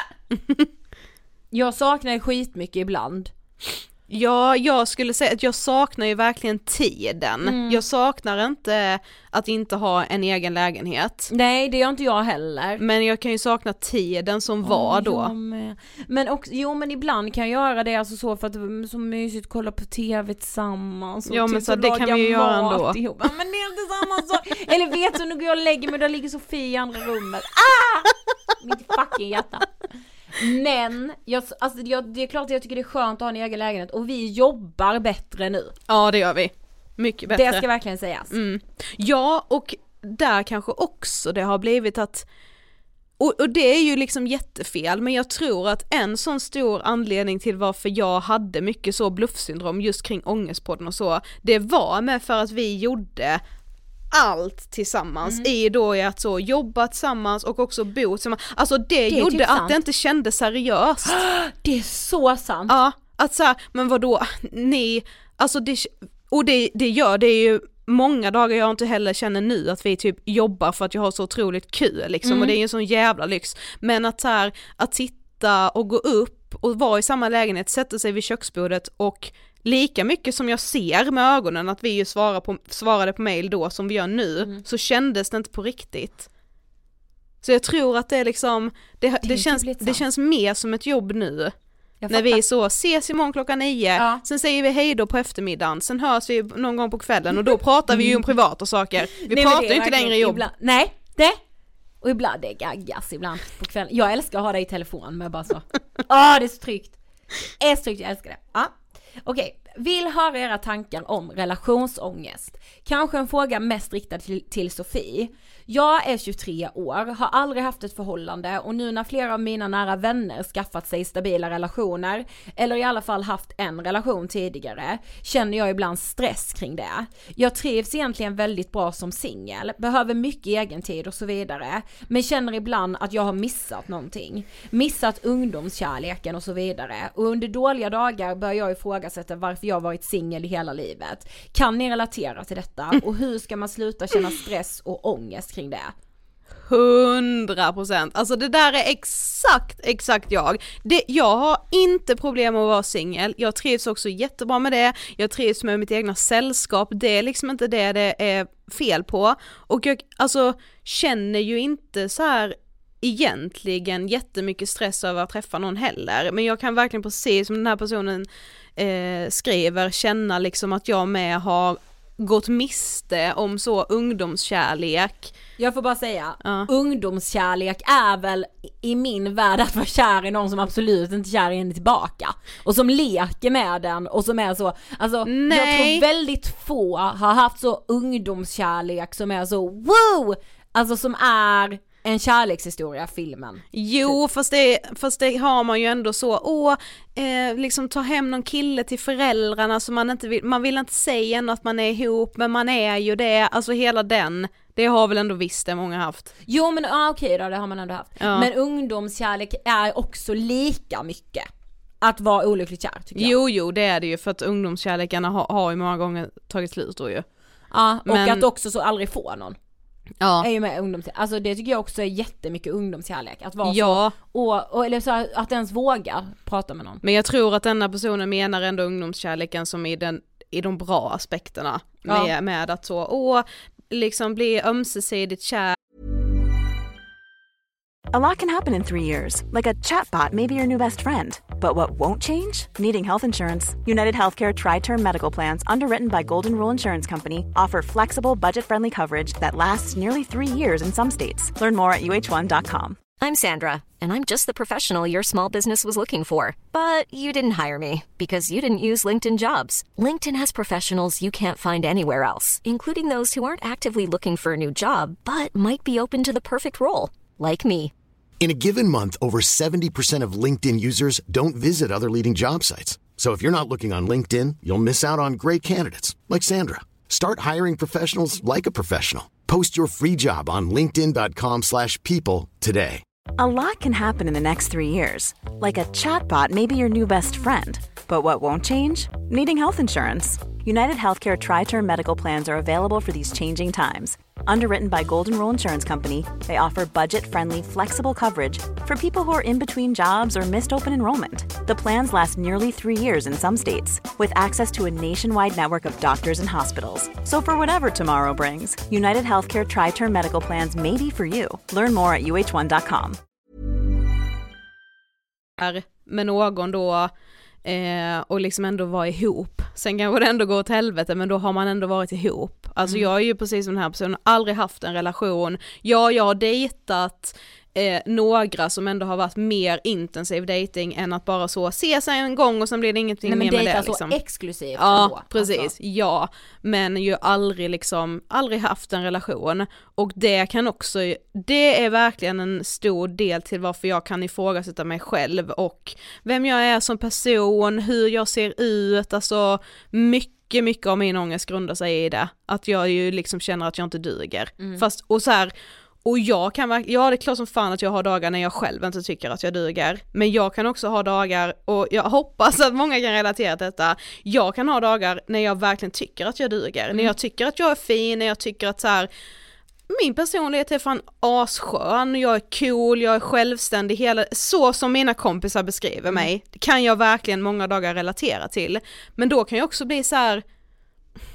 Jag saknar skitmycket ibland. Ja, jag skulle säga att jag saknar ju verkligen tiden. Mm. Jag saknar inte att inte ha en egen lägenhet. Nej, det gör inte jag heller. Men jag kan ju sakna tiden som oh, var då. Men också, jo men ibland kan jag göra det alltså så för att det är så mysigt att kolla på tv tillsammans. Ja, men så det kan vi ju göra ändå. Ihop. Men det är inte samma sak. Eller vet du, nu går jag och lägger mig, där ligger Sofie i andra rummet. Ah! Mitt fucking hjärta. Men jag, alltså, jag, det är klart att jag tycker det är skönt att ha en egen lägenhet, och vi jobbar bättre nu. Ja, det gör vi. Mycket bättre. Det ska verkligen sägas. Mm. Ja, och där kanske också det har blivit att, och, och det är ju liksom jättefel, men jag tror att en sån stor anledning till varför jag hade mycket så bluffsyndrom just kring ångestpodden och så, det var med för att vi gjorde allt tillsammans mm. i då är att så jobba tillsammans och också bo tillsammans. Alltså det, det gjorde typ att sant. Det inte kändes seriöst. Det är så sant. Ja, att så här, men vadå, ni, alltså det, och det, det gör det är ju många dagar jag inte heller känner nu att vi typ jobbar för att jag har så otroligt kul liksom, mm. och det är ju en sån jävla lyx. Men att så här, att sitta och gå upp och vara i samma lägenhet, sätta sig vid köksbordet och lika mycket som jag ser med ögonen att vi ju svarar på, svarade på mejl då som vi gör nu, mm. så kändes det inte på riktigt. Så jag tror att det är liksom, det, det, känns, det känns mer som ett jobb nu. När vi så ses imorgon klockan nio, ja. Sen säger vi hej då på eftermiddagen, sen hörs vi någon gång på kvällen och då pratar vi ju om privata saker. Vi nej, pratar ju inte längre jobb. Ibland, nej, det. Och ibland det är gaggas ibland på kvällen. Jag älskar att ha det i telefon med bara så. Åh, det är så tryggt. Det är så tryggt, jag älskar det. Ja. Okej, vill höra era tankar om relationsångest. Kanske en fråga mest riktad till, till Sofie. Jag är tjugotre år, har aldrig haft ett förhållande och nu när flera av mina nära vänner skaffat sig stabila relationer eller i alla fall haft en relation tidigare känner jag ibland stress kring det. Jag trivs egentligen väldigt bra som singel, behöver mycket egen tid och så vidare, men känner ibland att jag har missat någonting. Missat ungdomskärleken och så vidare. Och under dåliga dagar börjar jag ifrågasätta varför jag varit singel i hela livet. Kan ni relatera till detta? Och hur ska man sluta känna stress och ångest kring det? Hundra procent. Alltså det där är exakt, exakt jag. Det, jag har inte problem att vara singel. Jag trivs också jättebra med det. Jag trivs med mitt egna sällskap. Det är liksom inte det det är fel på. Och jag alltså känner ju inte så här egentligen jättemycket stress över att träffa någon heller. Men jag kan verkligen precis som den här personen eh, skriver känna liksom att jag med har gått miste om så ungdomskärlek. Jag får bara säga, ja. Ungdomskärlek är väl i min värld att vara kär i någon som absolut inte kär i henne tillbaka. Och som leker med den och som är så, alltså Nej. jag tror väldigt få har haft så ungdomskärlek som är så wow! Alltså som är en kärlekshistoria, filmen. Jo, fast det, fast det har man ju ändå så, åh, eh, liksom ta hem någon kille till föräldrarna så man inte vill, man vill inte säga än att man är ihop, men man är ju det, alltså hela den, det har väl ändå visst det många haft. Jo, men ja, okej då, det har man ändå haft. Ja. Men ungdomskärlek är också lika mycket att vara olyckligt kär, tycker jag. Jo, jo, det är det ju, för att ungdomskärlekarna har, har ju många gånger tagit slut då ju. Ja, och men... att också så aldrig få någon. Ja. Är ju med ungdomskärlek. Alltså det tycker jag också är jättemycket ungdomskärlek. Att vara ja. så, och, och, eller så att ens våga prata med någon. Men jag tror att denna personen menar ändå ungdomskärleken som i, den, i de bra aspekterna. Ja. Med, med att så, åh, liksom bli ömsesidigt kär. A lot can happen in three years, like a chatbot may be your new best friend. But what won't change? Needing health insurance. United Healthcare Tri-Term Medical Plans, underwritten by Golden Rule Insurance Company, offer flexible, budget-friendly coverage that lasts nearly three years in some states. Learn more at U H one dot com. I'm Sandra, and I'm just the professional your small business was looking for. But you didn't hire me, because you didn't use LinkedIn Jobs. LinkedIn has professionals you can't find anywhere else, including those who aren't actively looking for a new job, but might be open to the perfect role, like me. In a given month, over seventy percent of LinkedIn users don't visit other leading job sites. So if you're not looking on LinkedIn, you'll miss out on great candidates like Sandra. Start hiring professionals like a professional. Post your free job on linkedin dot com slash people today. A lot can happen in the next three years. Like a chatbot may be your new best friend. But what won't change? Needing health insurance. United Healthcare Tri-Term Medical Plans are available for these changing times. Underwritten by Golden Rule Insurance Company, they offer budget-friendly, flexible coverage for people who are in between jobs or missed open enrollment. The plans last nearly three years in some states, with access to a nationwide network of doctors and hospitals. So for whatever tomorrow brings, United Healthcare Tri-Term Medical Plans may be for you. Learn more at U H one dot com. Med någon då eh, och liksom ändå vara ihop. Sen kan det ändå gå åt helvete, men då har man ändå varit ihop. Alltså mm. jag är ju precis som den här personen, aldrig haft en relation. Ja, jag har dejtat eh, några som ändå har varit mer intensiv dating än att bara så se sig en gång och sen blir det ingenting Nej, mer med det. Men liksom. så exklusivt. Ja, ändå. precis. Alltså. Ja, men ju aldrig liksom, aldrig haft en relation. Och det kan också, det är verkligen en stor del till varför jag kan ifrågasätta mig själv och vem jag är som person, hur jag ser ut, alltså mycket, mycket av min ångest grundar sig i det. Att jag ju liksom känner att jag inte duger. Mm. Fast, och så här, och jag kan verkligen, ja det är klart som fan att jag har dagar när jag själv inte tycker att jag duger. Men jag kan också ha dagar, och jag hoppas att många kan relatera till detta. Jag kan ha dagar när jag verkligen tycker att jag duger. Mm. När jag tycker att jag är fin, när jag tycker att så här, min personlighet är fan asskön, jag är cool, jag är självständig, hela, så som mina kompisar beskriver mm. mig. Det kan jag verkligen många dagar relatera till. Men då kan jag också bli så här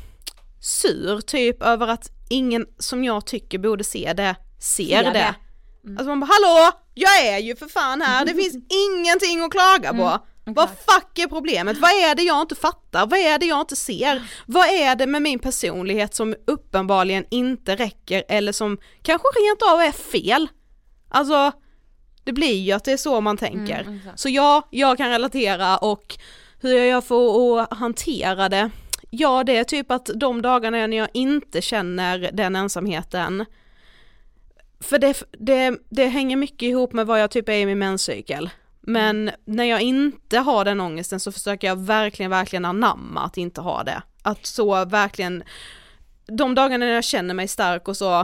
sur typ över att ingen som jag tycker borde se det ser, ser det. det. Mm. Alltså man bara, hallå, jag är ju för fan här, det finns ingenting att klaga på. Mm. Vad fuck är problemet? Vad är det jag inte fattar? Vad är det jag inte ser? Vad är det med min personlighet som uppenbarligen inte räcker eller som kanske rent av är fel? Alltså, det blir ju att det är så man tänker. Mm, så ja, jag kan relatera, och hur jag gör för att hantera det. Ja, det är typ att de dagarna när jag inte känner den ensamheten, för det, det, det hänger mycket ihop med vad jag typ är i min menscykel. Men när jag inte har den ångesten så försöker jag verkligen, verkligen anamma att inte ha det. Att så verkligen, de dagarna när jag känner mig stark och så,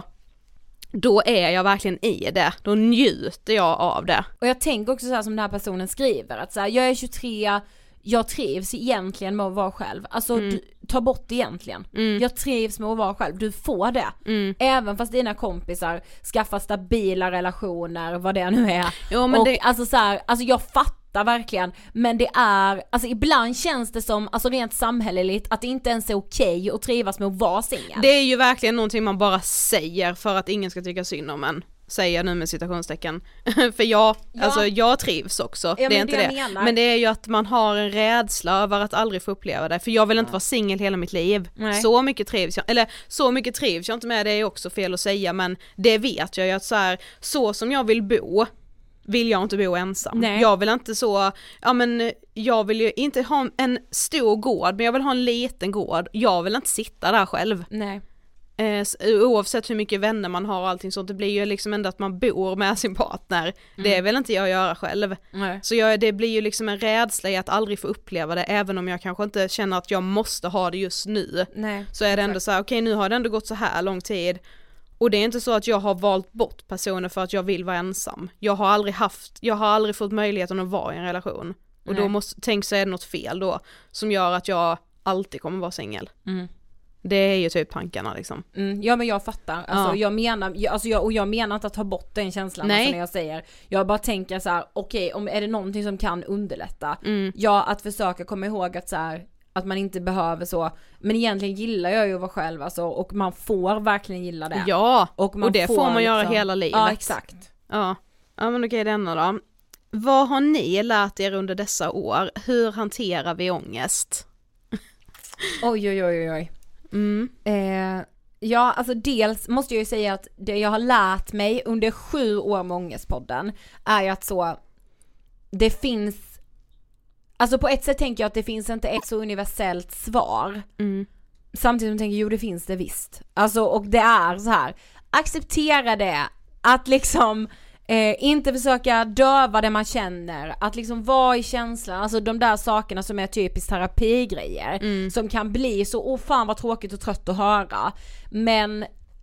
då är jag verkligen i det. Då njuter jag av det. Och jag tänker också så här som den här personen skriver, att så här, jag är tjugotre, jag trivs egentligen med att vara själv. Alltså mm. du, ta bort egentligen. Mm. Jag trivs med att vara själv. Du får det. Mm. Även fast dina kompisar skaffar stabila relationer, vad det nu är. Jo, men och det... alltså så här, alltså jag fattar verkligen, men det är, alltså ibland känns det som, alltså rent samhälleligt, att det inte ens är okej att trivas med att vara singel. Det är ju verkligen någonting man bara säger för att ingen ska tycka synd om en. Säger jag nu med citationstecken. För jag, ja. alltså jag trivs också. Ja, det är inte det. det. Men det är ju att man har en rädsla över att aldrig få uppleva det. För jag vill inte ja. vara singel hela mitt liv. Nej. Så mycket trivs jag, eller så mycket trivs jag inte med, det är också fel att säga, men det vet jag ju att så här, så som jag vill bo, vill jag inte bo ensam. Nej. Jag vill inte så, ja men jag vill ju inte ha en stor gård, men jag vill ha en liten gård. Jag vill inte sitta där själv. Nej. Eh, oavsett hur mycket vänner man har och allting sånt, det blir ju liksom ändå att man bor med sin partner. Mm. Det vill inte jag göra själv. Nej. Så jag, det blir ju liksom en rädsla i att aldrig få uppleva det, även om jag kanske inte känner att jag måste ha det just nu. Nej. Så är det ändå så här, okej, okay, nu har det ändå gått så här lång tid. Och det är inte så att jag har valt bort personer för att jag vill vara ensam. Jag har aldrig haft, jag har aldrig fått möjligheten att vara i en relation. Och Nej. då måste, tänk så är det något fel då som gör att jag alltid kommer vara singel. Mm. Det är ju typ tankarna liksom. Mm, ja, men jag fattar. Alltså, ja. jag menar, jag, alltså, jag, och jag menar inte att ta bort den känslan alltså, när jag säger. Jag bara tänker så här, okej, okay, om är det någonting som kan underlätta? Mm. Ja, att försöka komma ihåg att så här, att man inte behöver så. Men egentligen gillar jag ju att vara själv alltså, och man får verkligen gilla det. Ja, och, man och det får, får man liksom göra hela livet. Ja, exakt. Ja, ja men okej, denna då. Vad har ni lärt er under dessa år? Hur hanterar vi ångest? Oj, oj, oj, oj. Mm. Eh, ja, alltså dels måste jag ju säga att det jag har lärt mig under sju år med Ångestpodden är ju att så det finns, alltså på ett sätt tänker jag att det finns inte ett så universellt svar. Mm. Samtidigt som jag tänker, jo det finns det visst. Alltså, och det är så här, acceptera det, att liksom Eh, inte försöka döva det man känner, att liksom vara i känslan, alltså de där sakerna som är typiskt terapigrejer mm. som kan bli så, åh fan vad tråkigt och trött att höra, men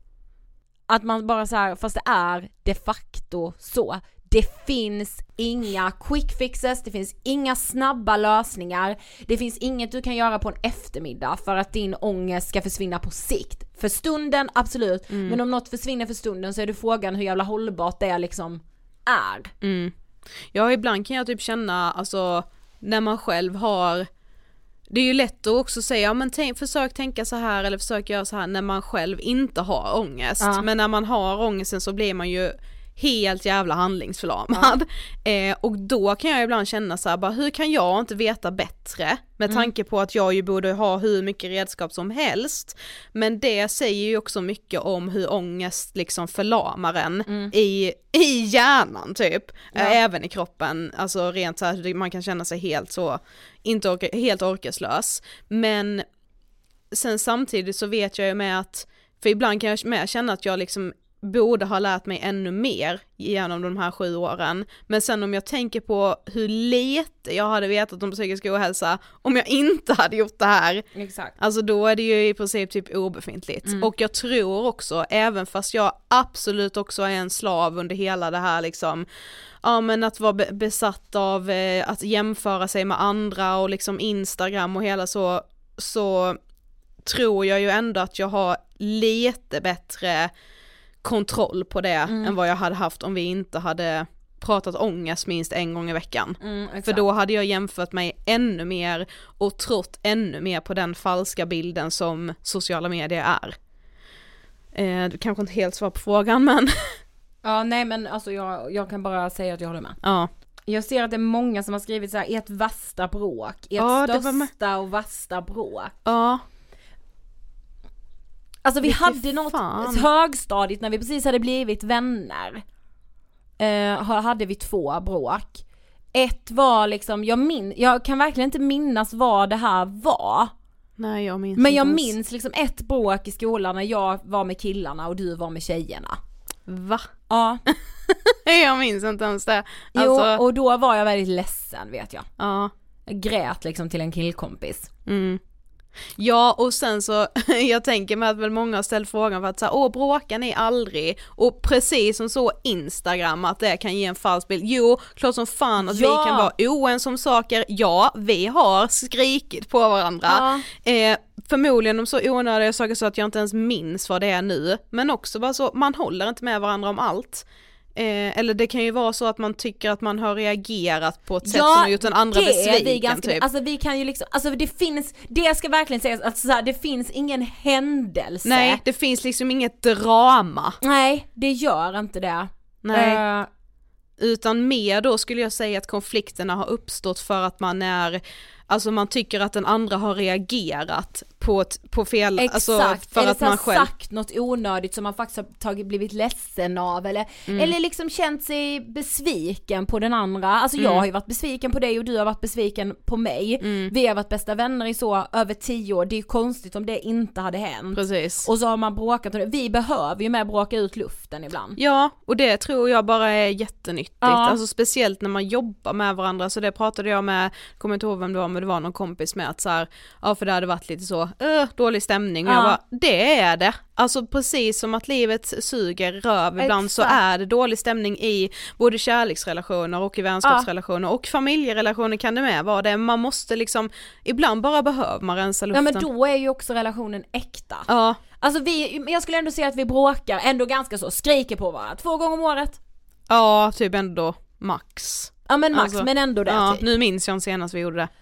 att man bara så här, fast det är de facto så, det finns inga quick fixes, det finns inga snabba lösningar, det finns inget du kan göra på en eftermiddag för att din ångest ska försvinna på sikt. För stunden, absolut, mm. men om något försvinner för stunden så är det frågan hur jävla hållbart det liksom är. Mm. Ja, ibland kan jag typ känna, alltså när man själv har, det är ju lätt att också säga, ja men tänk, försök tänka så här eller försök göra så här när man själv inte har ångest. Ja. Men när man har ångesten så blir man ju helt jävla handlingsförlamad. Ja. Eh, och då kan jag ibland känna så här, bara, hur kan jag inte veta bättre med mm. tanke på att jag ju borde ha hur mycket redskap som helst. Men det säger ju också mycket om hur ångest liksom förlamar en mm. i, i hjärnan typ. Ja. Eh, även i kroppen. Alltså rent så här, man kan känna sig helt så, inte orka, helt orkeslös. Men sen samtidigt så vet jag ju med att, för ibland kan jag med känna att jag liksom borde ha lärt mig ännu mer genom de här sju åren. Men sen om jag tänker på hur lite jag hade vetat om psykisk ohälsa om jag inte hade gjort det här. Exakt. Alltså då är det ju i princip typ obefintligt. Mm. Och jag tror också, även fast jag absolut också är en slav under hela det här liksom, ja men att vara besatt av eh, att jämföra sig med andra och liksom Instagram och hela så, så tror jag ju ändå att jag har lite bättre kontroll på det mm. än vad jag hade haft om vi inte hade pratat ångest minst en gång i veckan. Mm, för då hade jag jämfört mig ännu mer och trott ännu mer på den falska bilden som sociala medier är. Eh, du kanske inte helt svar på frågan, men Ja, nej men alltså jag, jag kan bara säga att jag håller med. Ja. Jag ser att det är många som har skrivit så här: ert värsta bråk, ert ja, största och värsta bråk. Ja. Alltså vi Vilket hade något fan. högstadiet när vi precis hade blivit vänner. Eh, hade vi två bråk. Ett var liksom, jag, min, jag kan verkligen inte minnas vad det här var. Nej, jag minns Men jag ens. minns liksom ett bråk i skolan när jag var med killarna och du var med tjejerna. Va? Ja. Jag minns inte ens det. Alltså... Jo, och då var jag väldigt ledsen, vet jag. Ja. Jag grät liksom till en killkompis. Mm. Ja, och sen så, jag tänker mig att väl många har ställt frågan för att säga, åh, bråkar ni aldrig? Och precis som så Instagram, att det kan ge en falsk bild. Jo, klart som fan att ja. vi kan vara oense om saker. Ja, vi har skrikit på varandra. Ja. Eh, förmodligen om så onödiga saker så att jag inte ens minns vad det är nu. Men också bara så, man håller inte med varandra om allt. Eh, eller det kan ju vara så att man tycker att man har reagerat på ett sätt ja, som har gjort den andra besviken vi ganska, typ. Alltså vi kan ju liksom, alltså det finns, det ska verkligen sägas, alltså så här, det finns ingen händelse. Nej, det finns liksom inget drama. Nej, det gör inte det. Nej. Uh, Utan mer då skulle jag säga att konflikterna har uppstått för att man är, alltså man tycker att den andra har reagerat på, ett, på fel, exakt, alltså för eller att så man själv sagt något onödigt som man faktiskt har tagit, blivit ledsen av eller, mm. eller liksom känt sig besviken på den andra. Alltså jag mm. har ju varit besviken på dig och du har varit besviken på mig. Mm. Vi har varit bästa vänner i så över tio år. Det är ju konstigt om det inte hade hänt. Precis. Och så har man bråkat. Vi behöver ju med bråka ut luften ibland. Ja, och det tror jag bara är jättenyttigt. Ja. Alltså speciellt när man jobbar med varandra. Så det pratade jag med, kommer inte ihåg vem det var, men det var någon kompis med att så här, ja för det hade varit lite så äh, dålig stämning. Och ja. jag bara, det är det. Alltså precis som att livet suger röv ibland. Exakt. Så är det dålig stämning i både kärleksrelationer och i vänskapsrelationer ja. Och familjerelationer kan det med vara det. Man måste liksom, ibland bara behöver man rensa luften. Ja men då är ju också relationen äkta. Ja. Alltså vi, jag skulle ändå säga att vi bråkar ändå ganska så, skriker på varandra två gånger om året. Ja, typ ändå max. Ja men max, alltså, men ändå det. Ja, typ. nu minns jag senast vi gjorde det.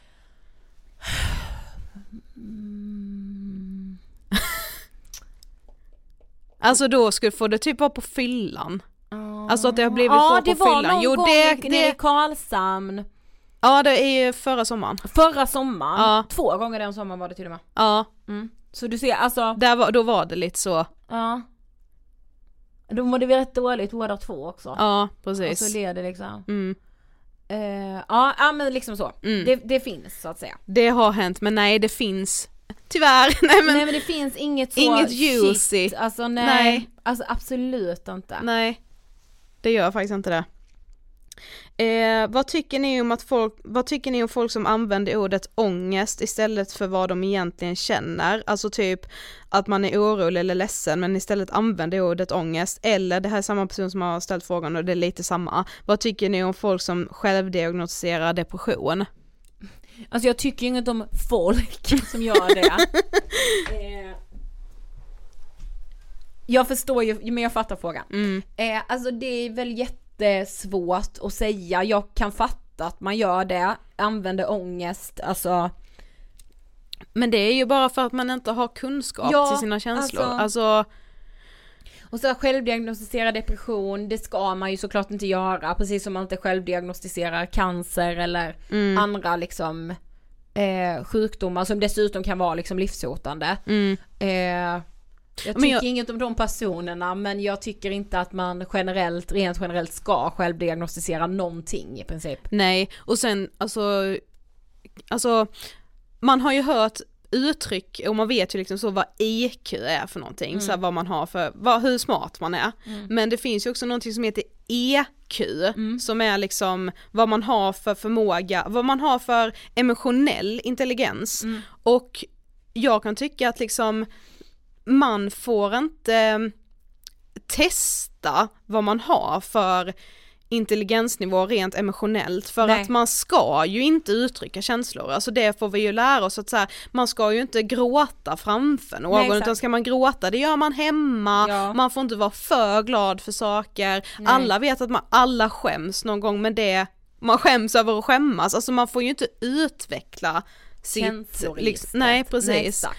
Alltså då skulle få det typ vara på fyllan. Oh. Alltså att det har blivit ja, så det på var fyllan. Någon jo, gång det det det i Karlshamn. Ja, det är ju förra sommaren. Förra sommaren. Ja. Två gånger den sommaren var det till och med. Ja. Mm. Så du ser alltså Där var, då var det lite så. Ja. Då mådde vi rätt dåligt båda två också. Ja, precis. Och så leder liksom. Mm. Uh, ja, ja, men liksom så. Mm. Det, det finns så att säga. Det har hänt, men nej, det finns tyvärr. Nej men, nej, men det finns inget så inget juicy. Shit. Alltså nej, nej. Alltså absolut inte. Nej. Det gör faktiskt inte det. Eh, vad tycker ni om att folk, vad tycker ni om folk som använder ordet ångest istället för vad de egentligen känner? Alltså typ att man är orolig eller ledsen men istället använder ordet ångest. Eller det här är samma person som har ställt frågan och det är lite samma. Vad tycker ni om folk som självdiagnostiserar depression? Alltså jag tycker inget om folk som gör det. eh, jag förstår ju, men jag fattar frågan. Mm. Eh, alltså det är väl jättesvårt att säga. Jag kan fatta att man gör det. Använder ångest, alltså. Men det är ju bara för att man inte har kunskap ja, till sina känslor. Alltså, alltså... Och så självdiagnostisera depression, det ska man ju såklart inte göra. Precis som man inte självdiagnostiserar cancer eller mm. andra liksom eh, sjukdomar som dessutom kan vara liksom livshotande. Mm. Eh, jag tycker jag... inget om de personerna, men jag tycker inte att man generellt, rent generellt ska självdiagnostisera någonting i princip. Nej, och sen alltså, alltså man har ju hört uttryck och man vet ju liksom så vad I Q är för någonting, mm. så här, vad man har för, vad, hur smart man är. Mm. Men det finns ju också någonting som heter E Q mm. som är liksom vad man har för förmåga, vad man har för emotionell intelligens. Mm. Och jag kan tycka att liksom man får inte testa vad man har för intelligensnivå rent emotionellt för Nej. Att man ska ju inte uttrycka känslor, alltså det får vi ju lära oss att så här, man ska ju inte gråta framför någon. Nej, utan ska man gråta, det gör man hemma, ja. Man får inte vara för glad för saker. Nej. Alla vet att man alla skäms någon gång, men det man skäms över att skämmas, alltså man får ju inte utveckla sitt liksom, nej precis. Nej,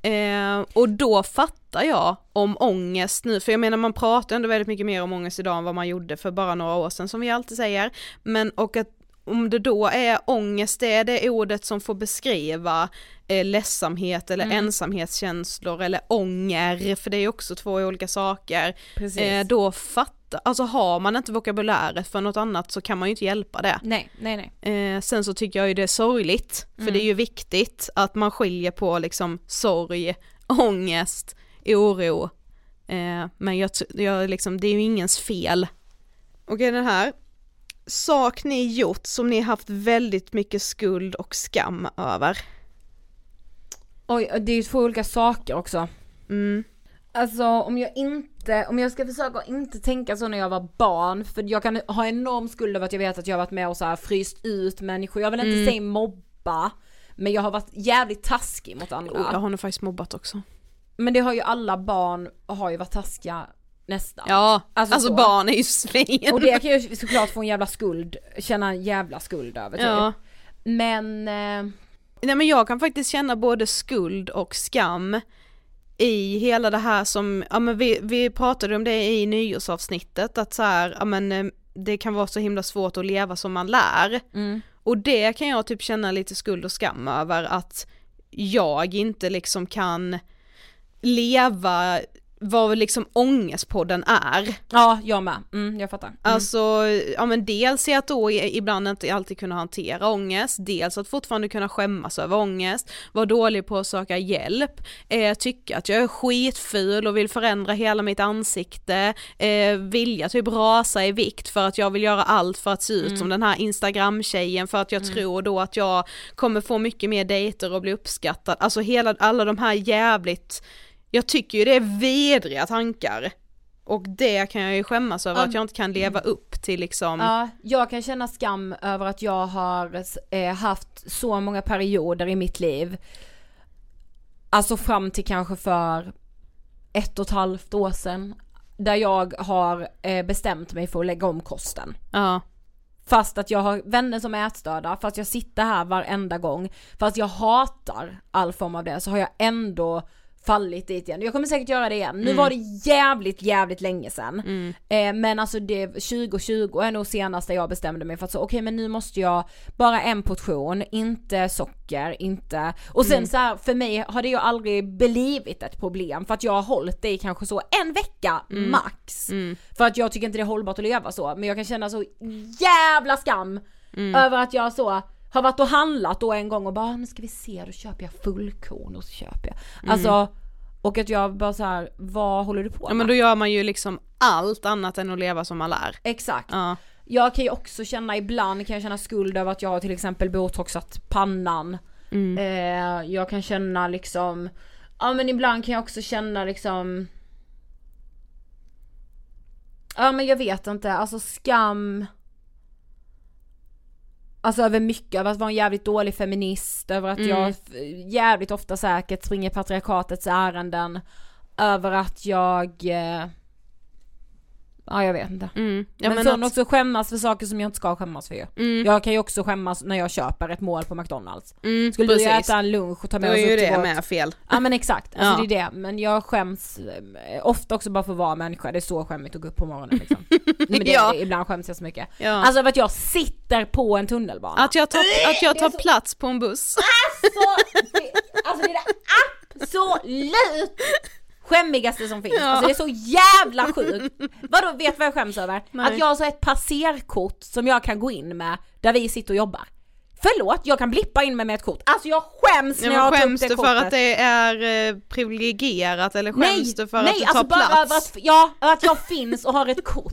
Eh, och då fattar jag om ångest nu, för jag menar man pratar ändå väldigt mycket mer om ångest idag än vad man gjorde för bara några år sedan, som vi alltid säger, men och att om det då är ångest, det är det ordet som får beskriva eh, ledsamhet eller mm. ensamhetskänslor eller ånger, för det är också två olika saker. Eh, då fattar, alltså har man inte vokabuläret för något annat så kan man ju inte hjälpa det. Nej, nej, nej. Eh, sen så tycker jag ju det är sorgligt, för mm. det är ju viktigt att man skiljer på liksom sorg, ångest, oro. Eh, men jag, jag liksom, det är ju ingens fel. Okej, den här. Sak ni gjort som ni haft väldigt mycket skuld och skam över? Oj, det är ju två olika saker också. Mm. Alltså om jag inte, om jag ska försöka inte tänka så när jag var barn, för jag kan ha enorm skuld över att jag vet att jag har varit med och så här fryst ut människor. Jag vill inte mm. säga mobba, men jag har varit jävligt taskig mot andra. Oh, jag har nog faktiskt mobbat också. Men det har ju alla barn, har ju varit taskiga nästan. Ja, alltså, alltså barn är ju svin. Och det kan ju såklart få en jävla skuld, känna en jävla skuld över typ. Ja. Men eh... nej, men jag kan faktiskt känna både skuld och skam i hela det här som, ja men vi, vi pratade om det i nyårsavsnittet, att så här, ja men det kan vara så himla svårt att leva som man lär. Mm. Och det kan jag typ känna lite skuld och skam över, att jag inte liksom kan leva vad liksom ångestpodden är. Ja, jag med. Mm, jag fattar. Mm. Alltså, ja men dels är att då ibland inte alltid kunna hantera ångest, dels att fortfarande kunna skämmas över ångest, vara dålig på att söka hjälp, eh, tycka att jag är skitful och vill förändra hela mitt ansikte, eh, vilja typ rasa i vikt för att jag vill göra allt för att se ut mm. som den här Instagram-tjejen, för att jag mm. tror då att jag kommer få mycket mer dejter och bli uppskattad. Alltså hela, alla de här jävligt, jag tycker ju det är vidriga tankar. Och det kan jag ju skämmas över, um, att jag inte kan leva upp till liksom. Ja, jag kan känna skam över att jag har eh, haft så många perioder i mitt liv. Alltså fram till kanske för ett och ett halvt år sedan. Där jag har eh, bestämt mig för att lägga om kosten. Ja. Fast att jag har vänner som är ätstörda, fast jag sitter här varenda gång. Fast jag hatar all form av det, så har jag ändå fallit dit igen. Jag kommer säkert göra det igen. Nu mm. var det jävligt, jävligt länge sedan. Mm. Eh, men alltså det tjugo tjugo är nog senaste jag bestämde mig för att så, okej okay, men nu måste jag bara en portion, inte socker, inte. Och sen mm. så här, för mig har det ju aldrig blivit ett problem, för att jag har hållit det i kanske så en vecka mm. max. Mm. För att jag tycker inte det är hållbart att leva så. Men jag kan känna så jävla skam mm. över att jag så har varit och handlat då en gång och bara, men ska vi se, då köper jag fullkorn och så köper jag. Mm. Alltså, och att jag bara så här, vad håller du på med? Ja, men då gör man ju liksom allt annat än att leva som man lär. Exakt. Ja. Jag kan ju också känna, ibland kan jag känna skuld över att jag har till exempel botoxat pannan. Mm. Eh, jag kan känna liksom, ja men ibland kan jag också känna liksom, ja men jag vet inte, alltså skam. Alltså över mycket, över att vara en jävligt dålig feminist, över att mm. jag jävligt ofta säkert springer patriarkatets ärenden, över att jag eh, ja jag vet inte mm. ja, men, men sån att... också skämmas för saker som jag inte ska skämmas för ju. Mm. Jag kan ju också skämmas när jag köper ett mål på McDonalds. Mm, skulle precis. Du äta en lunch och ta med oss upp till det vårt... med fel. Ja men exakt, alltså ja. Det är det. Men jag skäms eh, ofta också bara för att vara människa. Det är så skämmigt att gå upp på morgonen liksom. Men det, ja. det, ibland skäms jag så mycket. Ja. Alltså för att jag sitter på en tunnelbana. Att jag tar, att jag tar så... plats på en buss. Alltså det, alltså det är absolut skämmigaste som finns. Ja. Alltså det är så jävla sjukt. Vadå, vet vad jag skäms över? Nej. Att jag har så ett passerkort som jag kan gå in med där vi sitter och jobbar. Förlåt, jag kan blippa in med, med ett kort. Alltså jag skäms när ja, jag tar upp det kortet. Skäms du för att det är eh, privilegierat eller skäms nej, du för nej, att du tar alltså plats? Nej, alltså bara ja, att jag finns och har ett kort.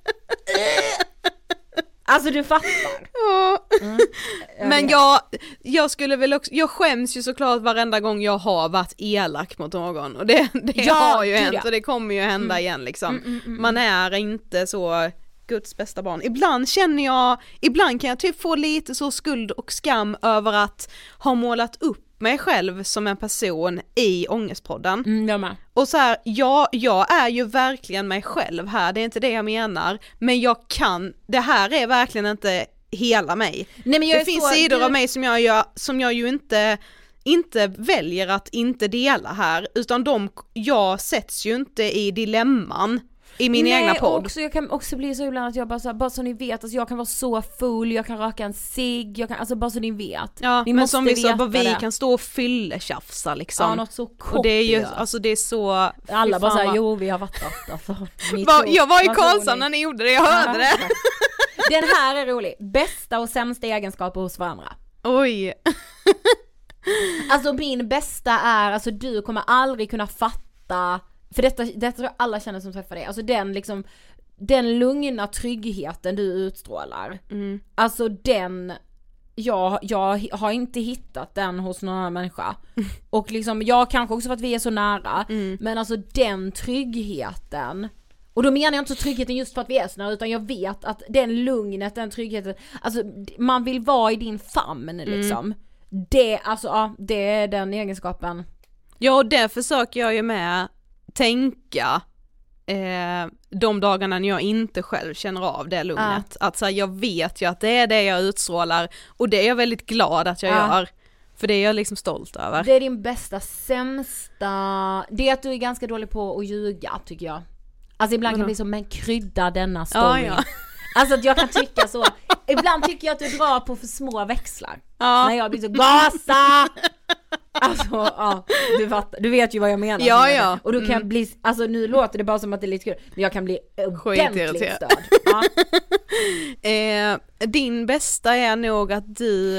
Alltså du fattar. Ja. Mm. Men jag, jag skulle väl också, jag skäms ju såklart varenda gång jag har varit elak mot någon. Och det, det ja, har ju hänt och det kommer ju hända mm. igen liksom. Mm, mm, mm, Man är inte så Guds bästa barn. Ibland känner jag, ibland kan jag typ få lite så skuld och skam över att ha målat upp mig själv som en person i Ångestpodden. Mm, jag med. Och så här, ja, jag är ju verkligen mig själv här, det är inte det jag menar, men jag kan, det här är verkligen inte hela mig. Nej, men jag det finns så, sidor du... av mig som jag, gör, som jag ju inte inte väljer att inte dela här, utan de, jag sätts ju inte i dilemman i min Nej, egna podd. Också, jag kan också bli så ibland att jag bara så, bara så ni vet, alltså jag kan vara så full, jag kan röka en cigg, jag kan, alltså bara så ni vet. Ja, ni men måste som vi sa, vi det. kan stå och fylletjafsa liksom. Ja, något så kopiöst. Och det är ju, alltså det är så... Alla bara såhär, vad... jo vi har vattnat alltså. Va, jag var i Karlshamn när ni gjorde det, jag hörde det. Den här är rolig. Bästa och sämsta egenskaper hos varandra. Oj. Alltså min bästa är, alltså du kommer aldrig kunna fatta, för detta, detta tror jag alla känner som träffar dig. Alltså den liksom, den lugna tryggheten du utstrålar. Mm. Alltså den, jag, jag har inte hittat den hos någon annan människa. Och liksom, jag kanske också för att vi är så nära, mm. men alltså den tryggheten. Och då menar jag inte tryggheten just för att vi är så nära, utan jag vet att den lugnet, den tryggheten, alltså man vill vara i din famn liksom. Mm. Det, alltså ja, det är den egenskapen. Ja, och det försöker jag ju med tänka eh, de dagarna när jag inte själv känner av det lugnet. Uh. Att så här, jag vet ju att det är det jag utstrålar, och det är jag väldigt glad att jag uh. gör. För det är jag liksom stolt över. Det är din bästa, sämsta, det är att du är ganska dålig på att ljuga, tycker jag. Alltså ibland kan det bli så, men krydda denna story. Ja, ja. Alltså att jag kan tycka så. Ibland tycker jag att du drar på för små växlar. Ja. När jag blir så, gasa! Alltså, ja, du, fattar, du vet ju vad jag menar. Ja, ja. Och då kan mm. jag bli, alltså nu låter det bara som att det är lite kul, men jag kan bli ordentligt störd. Ja. eh, din bästa är nog att du...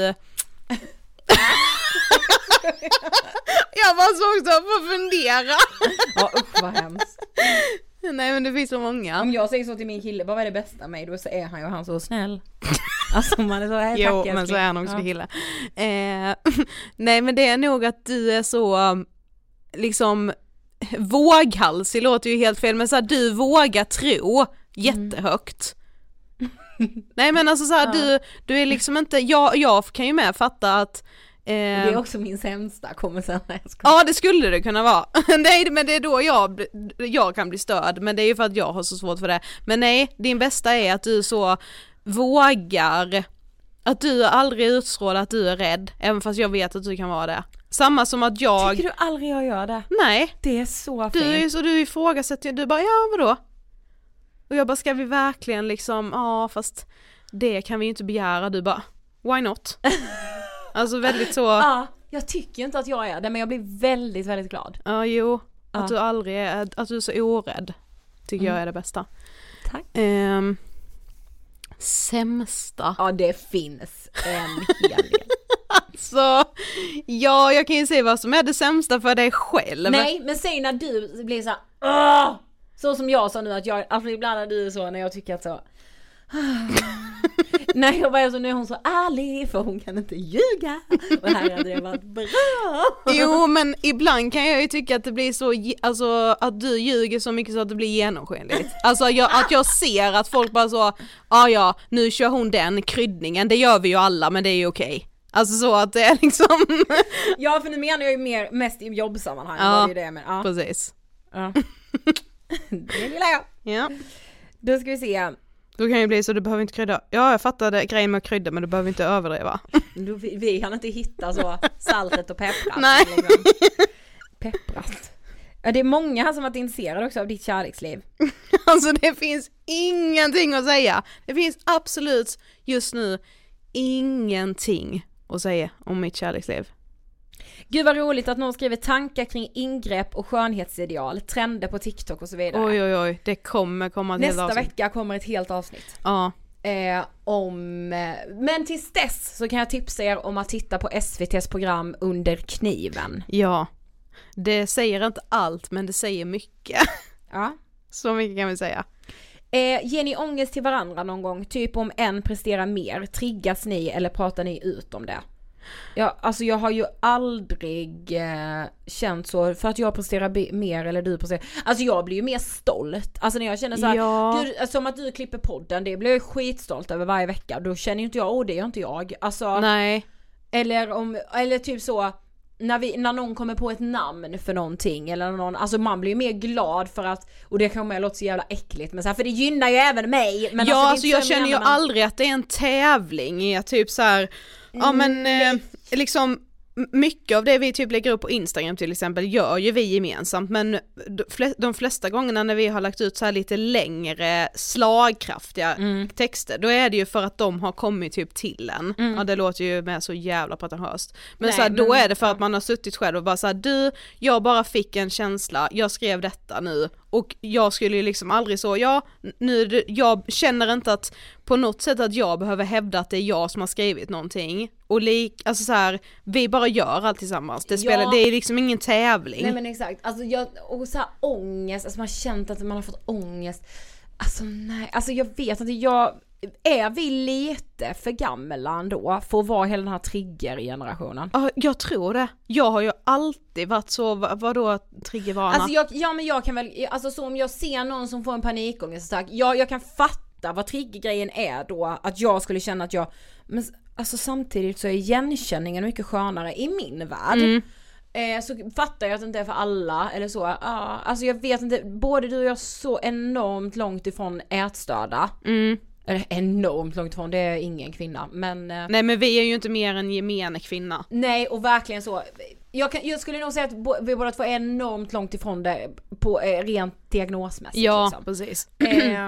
jag var så också på fundera. Ja, usch vad hemskt. Nej, men det finns så många. Om jag säger så till min kille, vad är det bästa med mig? Då så är han ju han så snäll. Alltså man är så här, jo, tack, men så är han också ja. kille. Eh, nej, men det är nog att du är så liksom våghalsig, låter ju helt fel, men så här, du vågar tro jättehögt. Mm. Nej, men alltså så här, ja. du, du är liksom inte, jag, jag kan ju med fatta att det är också min sämsta, kommer sen när jag ska. Ja, det skulle det kunna vara. Nej, men det är då jag, jag kan bli störd. Men det är ju för att jag har så svårt för det. Men nej, din bästa är att du så vågar, att du aldrig utstrålar att du är rädd, även fast jag vet att du kan vara det. Samma som att jag... Tycker du aldrig jag gör det? Nej. Det är så fint. Du är så, du ifrågasätter, du bara, ja vadå? Och jag bara, ska vi verkligen liksom, ja fast det kan vi ju inte begära. Du bara, why not? Alltså väldigt så... Ja, jag tycker inte att jag är det, men jag blir väldigt, väldigt glad. Ja, jo. Ja. Att du aldrig är, att du är så orädd, tycker mm. jag är det bästa. Tack. Um, sämsta. Ja, det finns en hel del. Alltså, ja, jag kan ju säga vad som är det sämsta för dig själv. Nej, men säg när du blir så här, åh! Så som jag sa nu, att jag, alltså ibland är du så när jag tycker att så... Nej, jag bara så, nu är hon så ärlig för hon kan inte ljuga. Och här hade det varit bra. Jo, men ibland kan jag ju tycka att det blir så, alltså att du ljuger så mycket så att det blir genomskinligt. Alltså jag, att jag ser att folk bara så, ja ja, nu kör hon den kryddningen, det gör vi ju alla, men det är ju okej. Alltså så att det är liksom... Ja, för nu menar jag ju mer, mest i jobbsammanhang. Ja, var det det, men, ja. Precis. Ja. Det gillar jag. Ja. Då ska vi se. Då kan ju bli så, du behöver inte krydda. Ja, jag fattade grejen med att krydda, men du behöver inte överdriva. Du, vi, vi kan inte hitta så saltet och pepprat. Nej. Liksom. Pepprat. Ja, det är många här som varit intresserade också av ditt kärleksliv. Alltså det finns ingenting att säga. Det finns absolut just nu ingenting att säga om mitt kärleksliv. Gud vad roligt att någon skriver tankar kring ingrepp och skönhetsideal, trender på TikTok och så vidare. Oj oj oj, det kommer komma till nästa vecka kommer ett helt avsnitt. Ja. Eh, om, men tills dess så kan jag tipsa er om att titta på S V T:s program Under kniven. Ja, det säger inte allt, men det säger mycket. Ja. Så mycket kan vi säga. Eh, ger ni ångest till varandra någon gång? Typ om en presterar mer, triggas ni eller pratar ni ut om det? Ja, alltså jag har ju aldrig eh, känt så för att jag presterar be- mer eller du presterar. Alltså jag blir ju mer stolt. Alltså när jag känner så här, ja. Gud, som att du klipper podden, det blir jag skitstolt över varje vecka. Då känner ju inte jag, åh det är inte jag. Alltså, nej. Eller om, eller typ så när, vi, när någon kommer på ett namn för någonting eller någon, alltså man blir ju mer glad för att, och det kan man låta så jävla äckligt men så här, för det gynnar ju även mig. Men ja, alltså, alltså jag känner ju man... aldrig att det är en tävling i att typ så här, ja men eh, liksom mycket av det vi typ lägger upp på Instagram till exempel gör ju vi gemensamt, men de flesta gångerna när vi har lagt ut så här lite längre slagkraftiga mm. texter, då är det ju för att de har kommit typ till en. Mm. Ja, det låter ju med så jävla pretentiöst. Men, Nej, så här, då men, är det för att man har suttit själv och bara så här, du, jag bara fick en känsla, jag skrev detta nu och jag skulle ju liksom aldrig så, ja, nu, jag känner inte att på något sätt att jag behöver hävda att det är jag som har skrivit någonting. Och lik, alltså så här, vi bara gör allt tillsammans. Det spelar, ja. det är liksom ingen tävling. Nej men exakt, alltså jag, och så här ångest, alltså man har känt att man har fått ångest. Alltså nej, alltså jag vet inte, jag, är vi lite för gamla då för att vara hela den här triggergenerationen? Ja, jag tror det. Jag har ju alltid varit så, vad, vadå triggervana? Alltså jag, ja men jag kan väl, alltså så om jag ser någon som får en panikångestattack, jag, jag kan fatta vad triggergrejen är då, att jag skulle känna att jag, men alltså samtidigt så är igenkänningen mycket skönare i min värld. Mm. Eh, så fattar jag att det inte är för alla eller så. Ah, alltså jag vet inte, både du och jag är så enormt långt ifrån ätstörda. Mm. Eller enormt långt ifrån, det är ingen kvinna. Men, eh, nej men vi är ju inte mer än gemene kvinna. Nej och verkligen så. Jag, kan, jag skulle nog säga att bo, vi båda två är enormt långt ifrån det på eh, rent diagnosmässigt. Ja, liksom. precis. Eh,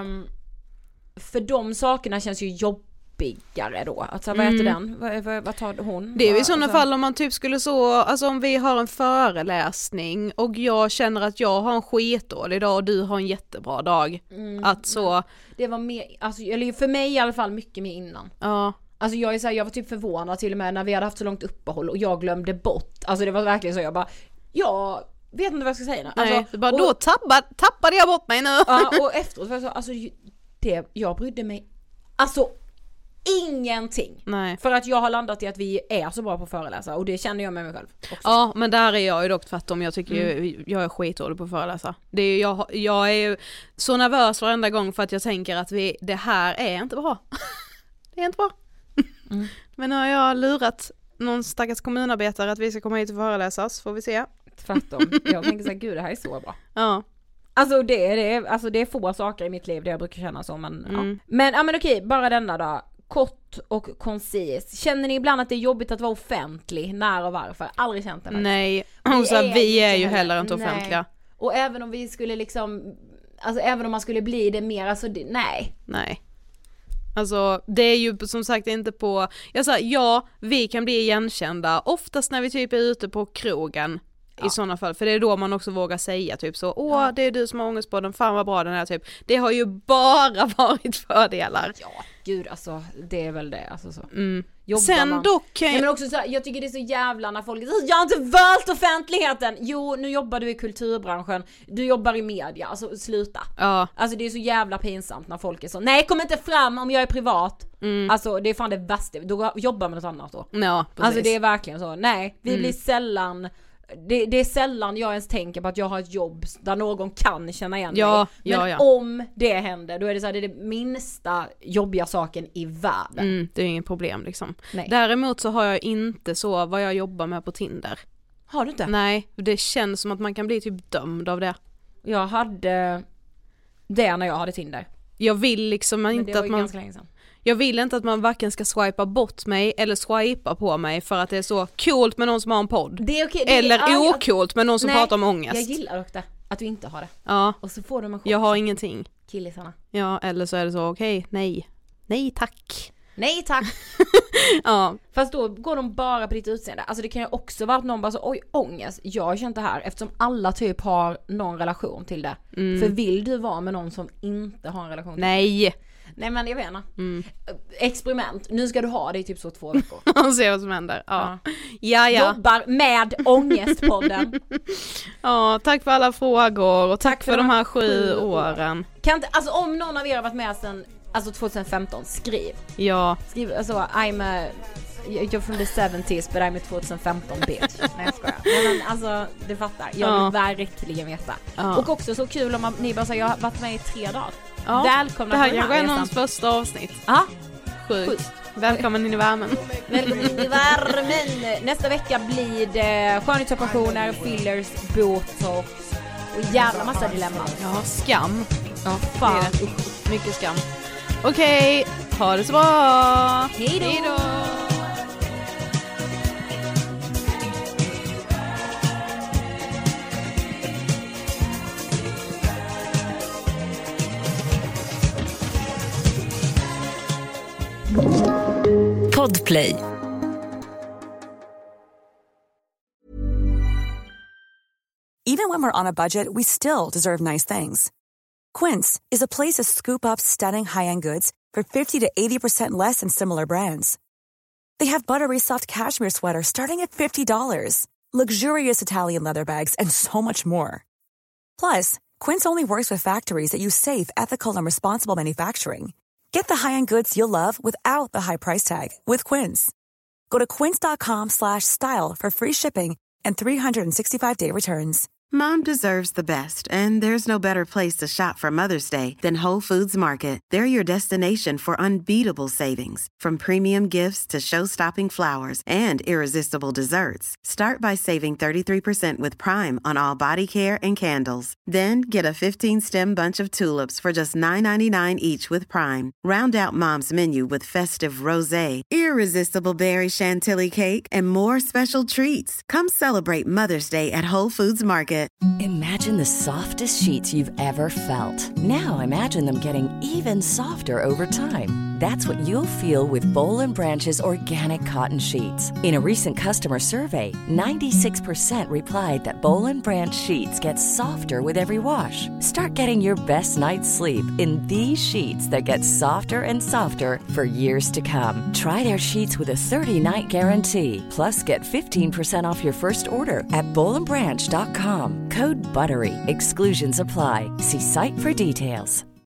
för de sakerna känns ju jobbigare då. Alltså vad heter mm. den? Vad, vad, vad tar hon? Det är ju i sådana alltså... fall om man typ skulle så, alltså om vi har en föreläsning och jag känner att jag har en skitdålig dag och du har en jättebra dag. Mm. Att så... Det var mer, alltså, eller för mig i alla fall mycket mer innan. Ja. Alltså jag är så här, jag var typ förvånad till och med när vi hade haft så långt uppehåll och jag glömde bort. Alltså det var verkligen så, jag bara, jag vet inte vad jag ska säga. Nej, alltså, bara, och, då tappade, tappade jag bort mig nu. Ja, och efteråt var jag så, alltså det, jag brydde mig, alltså ingenting. Nej. För att jag har landat i att vi är så bra på att föreläsa och det känner jag med mig själv också. Ja, men där är jag ju dock tvärtom. Jag tycker mm. ju, jag är skitdålig på att föreläsa. Det är ju, jag, jag är ju så nervös varenda gång för att jag tänker att vi, det här är inte bra. Det är inte bra. Mm. Men nu har jag lurat någon stackars kommunarbetare att vi ska komma hit och föreläsa, så får vi se. Tvärtom. Jag tänker så här, gud det här är så bra. Ja. Alltså det är, det är, alltså det är få saker i mitt liv det jag brukar känna så, men mm. ja. Men, ja men okej, bara denna då. Kort och koncis. Känner ni ibland att det är jobbigt att vara offentlig? När och varför? Aldrig känt det. Nej, alltså, vi är, vi är ju heller, heller inte offentliga. Nej. Och även om vi skulle liksom, alltså även om man skulle bli det mer, alltså det, nej. Nej. Alltså det är ju som sagt inte på, jag sa ja, vi kan bli igenkända oftast när vi typ är ute på krogen. Ja. I sådana fall, för det är då man också vågar säga typ så, åh ja. Det är du som har ångest på den, fan vad bra den är typ. Det har ju bara varit fördelar. Ja, gud alltså, det är väl det alltså så. Mm. Sen man... dock kan jag... Nej, men också så här, jag tycker det är så jävla när folk säger, jag har inte valt offentligheten. Jo, nu jobbar du i kulturbranschen, du jobbar i media, alltså sluta. Ja. Alltså det är så jävla pinsamt när folk är så, nej kom inte fram om jag är privat. Mm. Alltså det är fan det värsta, då jobbar man något annat då. Ja, precis. Alltså det är verkligen så, nej, vi mm. blir sällan... Det, det är sällan jag ens tänker på att jag har ett jobb där någon kan känna igen ja, mig. Men ja, ja. om det händer, då är det så här, det är det minsta jobbiga saken i världen. Mm, det är inget problem liksom. Nej. Däremot så har jag inte så vad jag jobbar med på Tinder. Har du inte? Nej, det känns som att man kan bli typ dömd av det. Jag hade det när jag hade Tinder. Jag vill liksom Men inte det var att man... ganska länge sedan. Jag vill inte att man varken ska swipa bort mig eller swipa på mig för att det är så coolt med någon som har en podd. Det är okej, det är, eller ja, ocoolt med någon som nej, pratar om ångest. Jag gillar dock det, att du inte har det. Ja. Och så får de en chock. Jag har ingenting. Killisarna. Ja, eller så är det så, okej, okay, nej. Nej tack. Nej tack. Ja. Fast då går de bara på ditt utseende. Alltså det kan ju också vara att någon bara så, oj ångest, jag har känt det här eftersom alla typ har någon relation till det. Mm. För vill du vara med någon som inte har en relation till nej. det? Nej men jag vet inte. Mm. Experiment. Nu ska du ha det i typ så två veckor. Och se vad som händer. Ja. Ja. Ja, ja. Jobbar med Ångestpodden. Ja, tack för alla frågor och tack, tack för, för de här sju åren. Kan inte, alltså om någon av er har varit med sedan alltså tjugohundrafemton, skriv. Ja. Skriv, alltså I'm a you're from the seventies but I'm a tjugohundrafemton bitch. Nej jag skojar. Men alltså, du fattar. Jag vill ja. verkligen veta. Ja. Och också så kul om man, ni bara säger jag har varit med i tre dagar. Ja. Välkomna det här kanske är någons första avsnitt. Ja. Sjukt. Sjukt. Välkommen in i värmen. Välkommen in i värmen. Nästa vecka blir det skönhetsoperationer, fillers, botox och jävla massa dilemman. Ja, skam. Ja, fan. Det är det. Mycket skam. Okej, okay, ha det så bra. Hej då. Podplay. Even when we're on a budget, we still deserve nice things. Quince is a place to scoop up stunning high-end goods for fifty to eighty percent less than similar brands. They have buttery soft cashmere sweaters starting at fifty dollars, luxurious Italian leather bags, and so much more. Plus, Quince only works with factories that use safe, ethical, and responsible manufacturing. Get the high-end goods you'll love without the high price tag with Quince. Go to quince.com slash style for free shipping and three sixty-five day returns. Mom deserves the best, and there's no better place to shop for Mother's Day than Whole Foods Market. They're your destination for unbeatable savings, from premium gifts to show-stopping flowers and irresistible desserts. Start by saving thirty-three percent with Prime on all body care and candles. Then get a fifteen-stem bunch of tulips for just nine ninety-nine each with Prime. Round out Mom's menu with festive rosé, irresistible berry chantilly cake, and more special treats. Come celebrate Mother's Day at Whole Foods Market. Imagine the softest sheets you've ever felt. Now imagine them getting even softer over time. That's what you'll feel with Boll and Branch's organic cotton sheets. In a recent customer survey, ninety-six percent replied that Boll and Branch sheets get softer with every wash. Start getting your best night's sleep in these sheets that get softer and softer for years to come. Try their sheets with a thirty-night guarantee. Plus, get fifteen percent off your first order at boll and branch dot com. Code BUTTERY. Exclusions apply. See site for details.